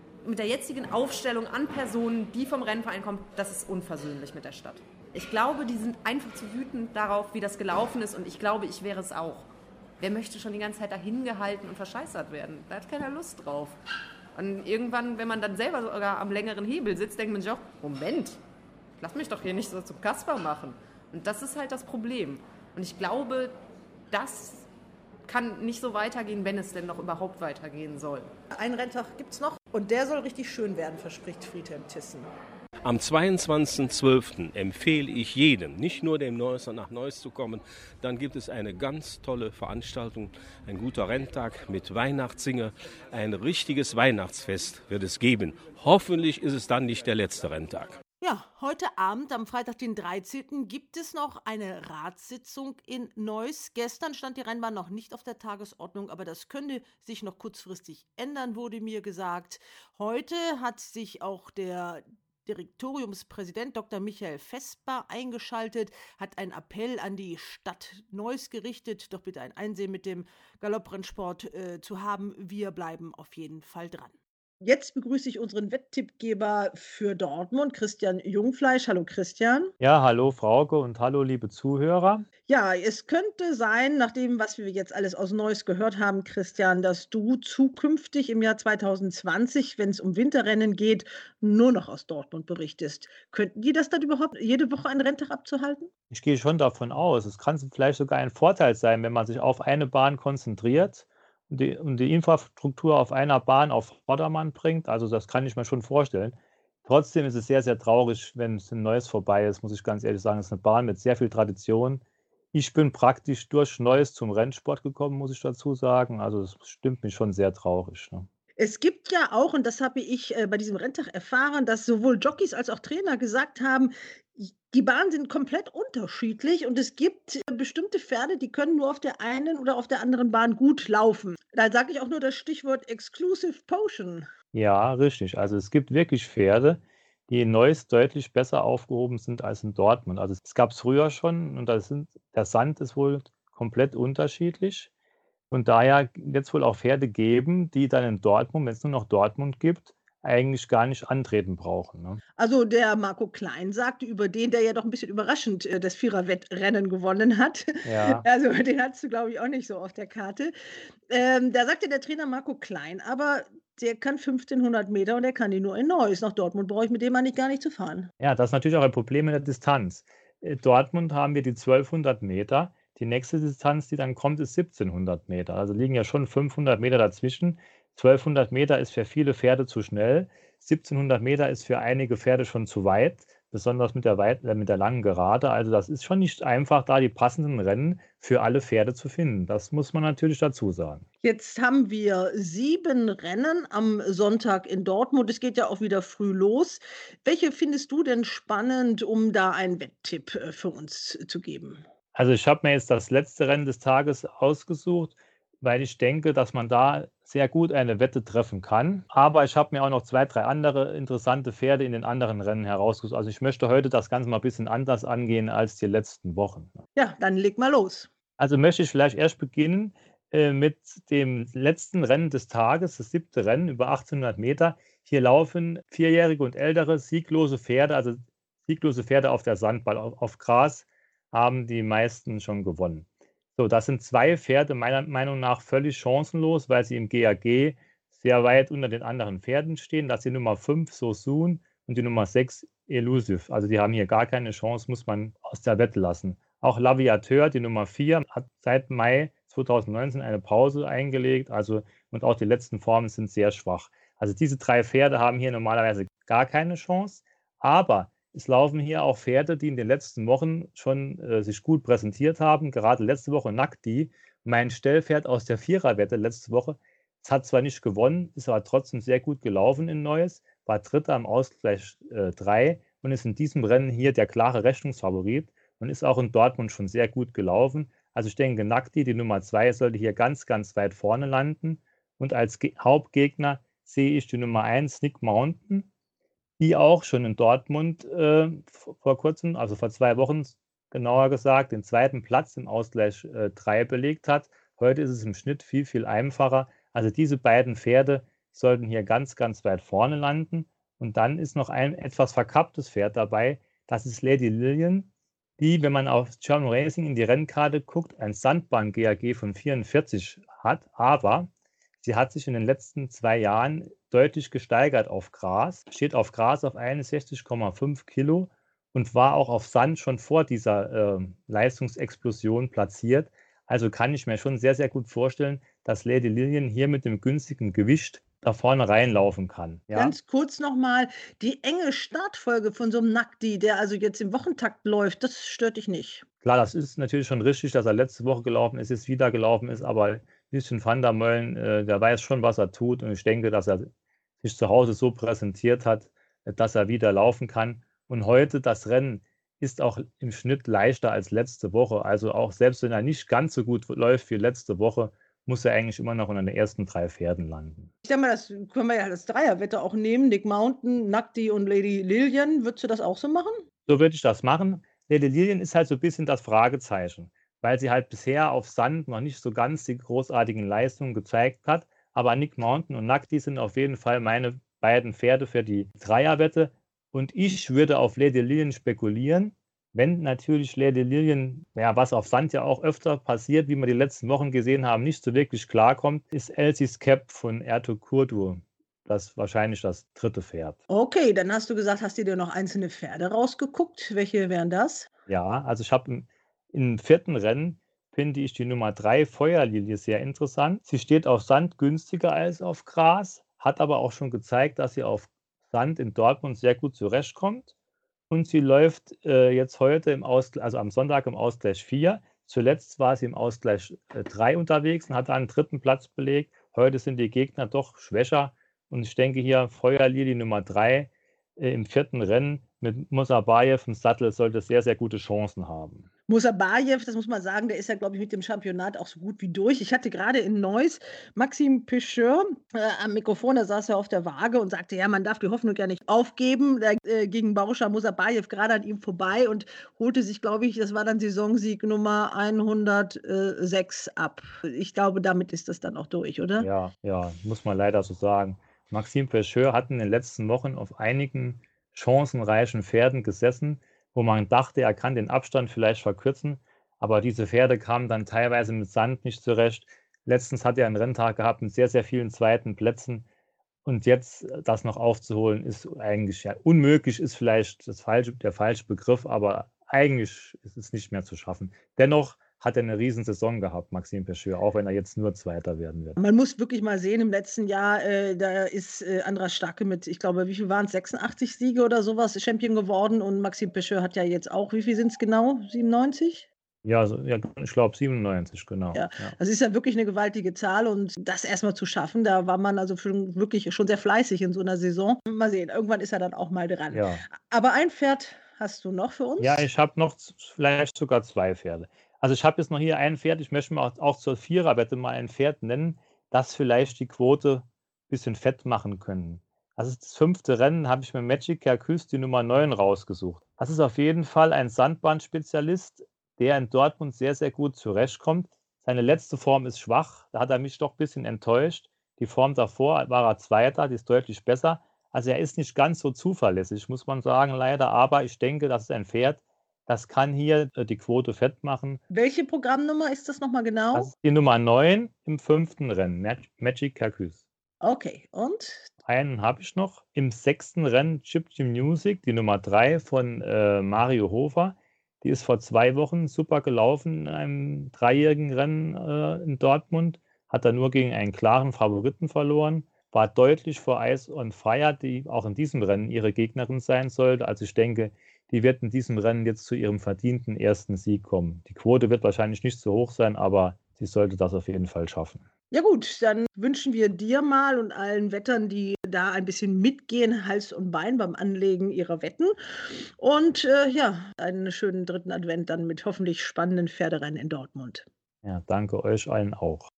Aufstellung an Personen, die vom Rennverein kommen, das ist unversöhnlich mit der Stadt. Ich glaube, die sind einfach zu wütend darauf, wie das gelaufen ist und ich glaube, ich wäre es auch. Wer möchte schon die ganze Zeit dahin gehalten und verscheißert werden? Da hat keiner Lust drauf. Und irgendwann, wenn man dann selber sogar am längeren Hebel sitzt, denkt man sich auch, Moment, lass mich doch hier nicht so zum Kasper machen. Und das ist halt das Problem. Und ich glaube, das kann nicht so weitergehen, wenn es denn noch überhaupt weitergehen soll. Einen Renntag gibt's noch und der soll richtig schön werden, verspricht Friedhelm Thyssen. Am 22.12. empfehle ich jedem, nicht nur dem Neusser nach Neuss zu kommen. Dann gibt es eine ganz tolle Veranstaltung, ein guter Renntag mit Weihnachtssinger. Ein richtiges Weihnachtsfest wird es geben. Hoffentlich ist es dann nicht der letzte Renntag. Ja, heute Abend, am Freitag, den 13., gibt es noch eine Ratssitzung in Neuss. Gestern stand die Rennbahn noch nicht auf der Tagesordnung, aber das könnte sich noch kurzfristig ändern, wurde mir gesagt. Heute hat sich auch der Direktoriumspräsident Dr. Michael Vesper eingeschaltet, hat einen Appell an die Stadt Neuss gerichtet, doch bitte ein Einsehen mit dem Galopprennsport zu haben. Wir bleiben auf jeden Fall dran. Jetzt begrüße ich unseren Wetttippgeber für Dortmund, Christian Jungfleisch. Hallo Christian. Ja, hallo Frauke und hallo liebe Zuhörer. Ja, es könnte sein, nach dem, was wir jetzt alles aus Neuss gehört haben, Christian, dass du zukünftig im Jahr 2020, wenn es um Winterrennen geht, nur noch aus Dortmund berichtest. Könnten die das dann überhaupt, jede Woche einen Renntag abzuhalten? Ich gehe schon davon aus. Es kann vielleicht sogar ein Vorteil sein, wenn man sich auf eine Bahn konzentriert und die Infrastruktur auf einer Bahn auf Vordermann bringt. Also das kann ich mir schon vorstellen. Trotzdem ist es sehr, sehr traurig, wenn es in Neuss vorbei ist, muss ich ganz ehrlich sagen. Es ist eine Bahn mit sehr viel Tradition. Ich bin praktisch durch Neuss zum Rennsport gekommen, muss ich dazu sagen. Also das stimmt mich schon sehr traurig, ne? Es gibt ja auch, und das habe ich bei diesem Renntag erfahren, dass sowohl Jockeys als auch Trainer gesagt haben, die Bahnen sind komplett unterschiedlich und es gibt bestimmte Pferde, die können nur auf der einen oder auf der anderen Bahn gut laufen. Da sage ich auch nur das Stichwort Exclusive Potion. Ja, richtig. Also es gibt wirklich Pferde, die in Neuss deutlich besser aufgehoben sind als in Dortmund. Also es gab es früher schon und der Sand ist wohl komplett unterschiedlich. Und daher wird es wohl auch Pferde geben, die dann in Dortmund, wenn es nur noch Dortmund gibt, eigentlich gar nicht antreten brauchen, ne? Also der Marco Klein sagte über den, der ja doch ein bisschen überraschend das Viererwettrennen gewonnen hat. Ja. Also den hattest du, glaube ich, auch nicht so auf der Karte. Da sagte der Trainer Marco Klein, aber der kann 1500 Meter und der kann die nur in Neuss. Nach Dortmund brauche ich mit dem eigentlich gar nicht zu fahren. Ja, das ist natürlich auch ein Problem in der Distanz. Dortmund haben wir die 1200 Meter. Die nächste Distanz, die dann kommt, ist 1700 Meter. Also liegen ja schon 500 Meter dazwischen. 1200 Meter ist für viele Pferde zu schnell. 1700 Meter ist für einige Pferde schon zu weit, besonders mit der langen Gerade. Also das ist schon nicht einfach, da die passenden Rennen für alle Pferde zu finden. Das muss man natürlich dazu sagen. Jetzt haben wir 7 Rennen am Sonntag in Dortmund. Es geht ja auch wieder früh los. Welche findest du denn spannend, um da einen Wetttipp für uns zu geben? Also ich habe mir jetzt das letzte Rennen des Tages ausgesucht, weil ich denke, dass man da sehr gut eine Wette treffen kann. Aber ich habe mir auch noch 2, 3 andere interessante Pferde in den anderen Rennen herausgesucht. Also ich möchte heute das Ganze mal ein bisschen anders angehen als die letzten Wochen. Ja, dann leg mal los. Also möchte ich vielleicht erst beginnen mit dem letzten Rennen des Tages, das 7. Rennen über 1800 Meter. Hier laufen 4-jährige und ältere sieglose Pferde, also sieglose Pferde auf der Sandbahn, auf Gras, haben die meisten schon gewonnen. So, das sind 2 Pferde meiner Meinung nach völlig chancenlos, weil sie im GAG sehr weit unter den anderen Pferden stehen. Das ist die Nummer 5, Sosun, und die Nummer 6, Elusive. Also die haben hier gar keine Chance, muss man aus der Wette lassen. Auch L'Aviateur, die Nummer 4, hat seit Mai 2019 eine Pause eingelegt. Und auch die letzten Formen sind sehr schwach. Also diese 3 Pferde haben hier normalerweise gar keine Chance. Aber es laufen hier auch Pferde, die in den letzten Wochen schon sich gut präsentiert haben. Gerade letzte Woche Nakdi, mein Stellpferd aus der Viererwette letzte Woche. Es hat zwar nicht gewonnen, ist aber trotzdem sehr gut gelaufen in Neuss, war Dritter am Ausgleich 3 und ist in diesem Rennen hier der klare Rechnungsfavorit und ist auch in Dortmund schon sehr gut gelaufen. Also ich denke, Nakdi, die Nummer 2, sollte hier ganz, ganz weit vorne landen. Und als Hauptgegner sehe ich die Nummer 1, Nick Mountain, die auch schon in Dortmund vor kurzem, also vor 2 Wochen genauer gesagt, den 2. Platz im Ausgleich 3 belegt hat. Heute ist es im Schnitt viel, viel einfacher. Also diese beiden Pferde sollten hier ganz, ganz weit vorne landen. Und dann ist noch ein etwas verkapptes Pferd dabei. Das ist Lady Lillian, die, wenn man auf German Racing in die Rennkarte guckt, ein Sandbahn-GAG von 44 hat. Aber sie hat sich in den letzten 2 Jahren deutlich gesteigert auf Gras, steht auf Gras auf 61,5 Kilo und war auch auf Sand schon vor dieser Leistungsexplosion platziert. Also kann ich mir schon sehr, sehr gut vorstellen, dass Lady Lillian hier mit dem günstigen Gewicht da vorne reinlaufen kann. Ja? Ganz kurz nochmal, die enge Startfolge von so einem Nakdi, der also jetzt im Wochentakt läuft, das stört dich nicht? Klar, das ist natürlich schon richtig, dass er letzte Woche gelaufen ist, jetzt wieder gelaufen ist, aber Lucien van der Meulen, der weiß schon, was er tut und ich denke, dass er sich zu Hause so präsentiert hat, dass er wieder laufen kann. Und heute das Rennen ist auch im Schnitt leichter als letzte Woche. Also auch selbst wenn er nicht ganz so gut läuft wie letzte Woche, muss er eigentlich immer noch unter den ersten 3 Pferden landen. Ich denke mal, das können wir ja als Dreierwette auch nehmen. Nick Mountain, Nakdi und Lady Lillian. Würdest du das auch so machen? So würde ich das machen. Lady Lillian ist halt so ein bisschen das Fragezeichen, weil sie halt bisher auf Sand noch nicht so ganz die großartigen Leistungen gezeigt hat. Aber Nick Mountain und Nakdi sind auf jeden Fall meine beiden Pferde für die Dreierwette. Und ich würde auf Lady Lillian spekulieren, wenn natürlich Lady Lillian, ja, was auf Sand ja auch öfter passiert, wie wir die letzten Wochen gesehen haben, nicht so wirklich klarkommt, ist Elsie's Cap von Ertuğ Kurdu. Das ist wahrscheinlich das 3. Pferd. Okay, dann hast du gesagt, hast du dir noch einzelne Pferde rausgeguckt. Welche wären das? Ja, also ich habe im 4. Rennen finde ich die Nummer 3 Feuerlilie sehr interessant. Sie steht auf Sand günstiger als auf Gras, hat aber auch schon gezeigt, dass sie auf Sand in Dortmund sehr gut zurechtkommt. Und sie läuft jetzt heute also am Sonntag im Ausgleich 4. Zuletzt war sie im Ausgleich 3 unterwegs und hat einen 3. Platz belegt. Heute sind die Gegner doch schwächer. Und ich denke hier, Feuerlilie Nummer 3 im 4. Rennen mit Musabayev im Sattel sollte sehr, sehr gute Chancen haben. Musabayev, das muss man sagen, der ist ja, glaube ich, mit dem Championat auch so gut wie durch. Ich hatte gerade in Neuss Maxime Pecheur am Mikrofon, da saß er auf der Waage und sagte, ja, man darf die Hoffnung ja nicht aufgeben. Da ging Bauscha Musabayev gerade an ihm vorbei und holte sich, glaube ich, das war dann Saisonsieg Nummer 106 ab. Ich glaube, damit ist das dann auch durch, oder? Ja, muss man leider so sagen. Maxime Pecheur hat in den letzten Wochen auf einigen chancenreichen Pferden gesessen, wo man dachte, er kann den Abstand vielleicht verkürzen, aber diese Pferde kamen dann teilweise mit Sand nicht zurecht. Letztens hat er einen Renntag gehabt mit sehr, sehr vielen 2. Plätzen und jetzt das noch aufzuholen, ist eigentlich ja unmöglich, ist vielleicht der falsche Begriff, aber eigentlich ist es nicht mehr zu schaffen. Dennoch hat er eine Riesensaison gehabt, Maxime Pecheur, auch wenn er jetzt nur Zweiter werden wird. Man muss wirklich mal sehen, im letzten Jahr, da ist Andras Starke mit, ich glaube, wie viel waren es, 86 Siege oder sowas, Champion geworden und Maxime Pecheur hat ja jetzt auch, wie viel sind es genau, 97? Ja, ich glaube 97, genau. Ja, das ist ja wirklich eine gewaltige Zahl und das erstmal zu schaffen, da war man also wirklich schon sehr fleißig in so einer Saison. Mal sehen, irgendwann ist er dann auch mal dran. Ja. Aber ein Pferd hast du noch für uns? Ja, ich habe noch vielleicht sogar 2 Pferde. Also ich habe jetzt noch hier ein Pferd, ich möchte mir auch zur Viererwette mal ein Pferd nennen, das vielleicht die Quote ein bisschen fett machen können. Das ist das 5. Rennen, habe ich mir Magic Hercule die Nummer 9 rausgesucht. Das ist auf jeden Fall ein Sandbahnspezialist, der in Dortmund sehr, sehr gut zurechtkommt. Seine letzte Form ist schwach, da hat er mich doch ein bisschen enttäuscht. Die Form davor war er Zweiter, die ist deutlich besser. Also er ist nicht ganz so zuverlässig, muss man sagen, leider. Aber ich denke, das ist ein Pferd, Das kann hier die Quote fett machen. Welche Programmnummer ist das nochmal genau? Das ist die Nummer 9 im 5. Rennen, Magic Circus. Okay, und? Einen habe ich noch. Im 6. Rennen Gypsy Music, die Nummer 3 von Mario Hofer. Die ist vor 2 Wochen super gelaufen in einem 3-jährigen Rennen in Dortmund. Hat er nur gegen einen klaren Favoriten verloren. War deutlich vor Ice on Fire, die auch in diesem Rennen ihre Gegnerin sein sollte. Also ich denke, die wird in diesem Rennen jetzt zu ihrem verdienten ersten Sieg kommen. Die Quote wird wahrscheinlich nicht so hoch sein, aber sie sollte das auf jeden Fall schaffen. Ja gut, dann wünschen wir dir mal und allen Wettern, die da ein bisschen mitgehen, Hals und Bein beim Anlegen ihrer Wetten. Und einen schönen 3. Advent dann mit hoffentlich spannenden Pferderennen in Dortmund. Ja, danke euch allen auch.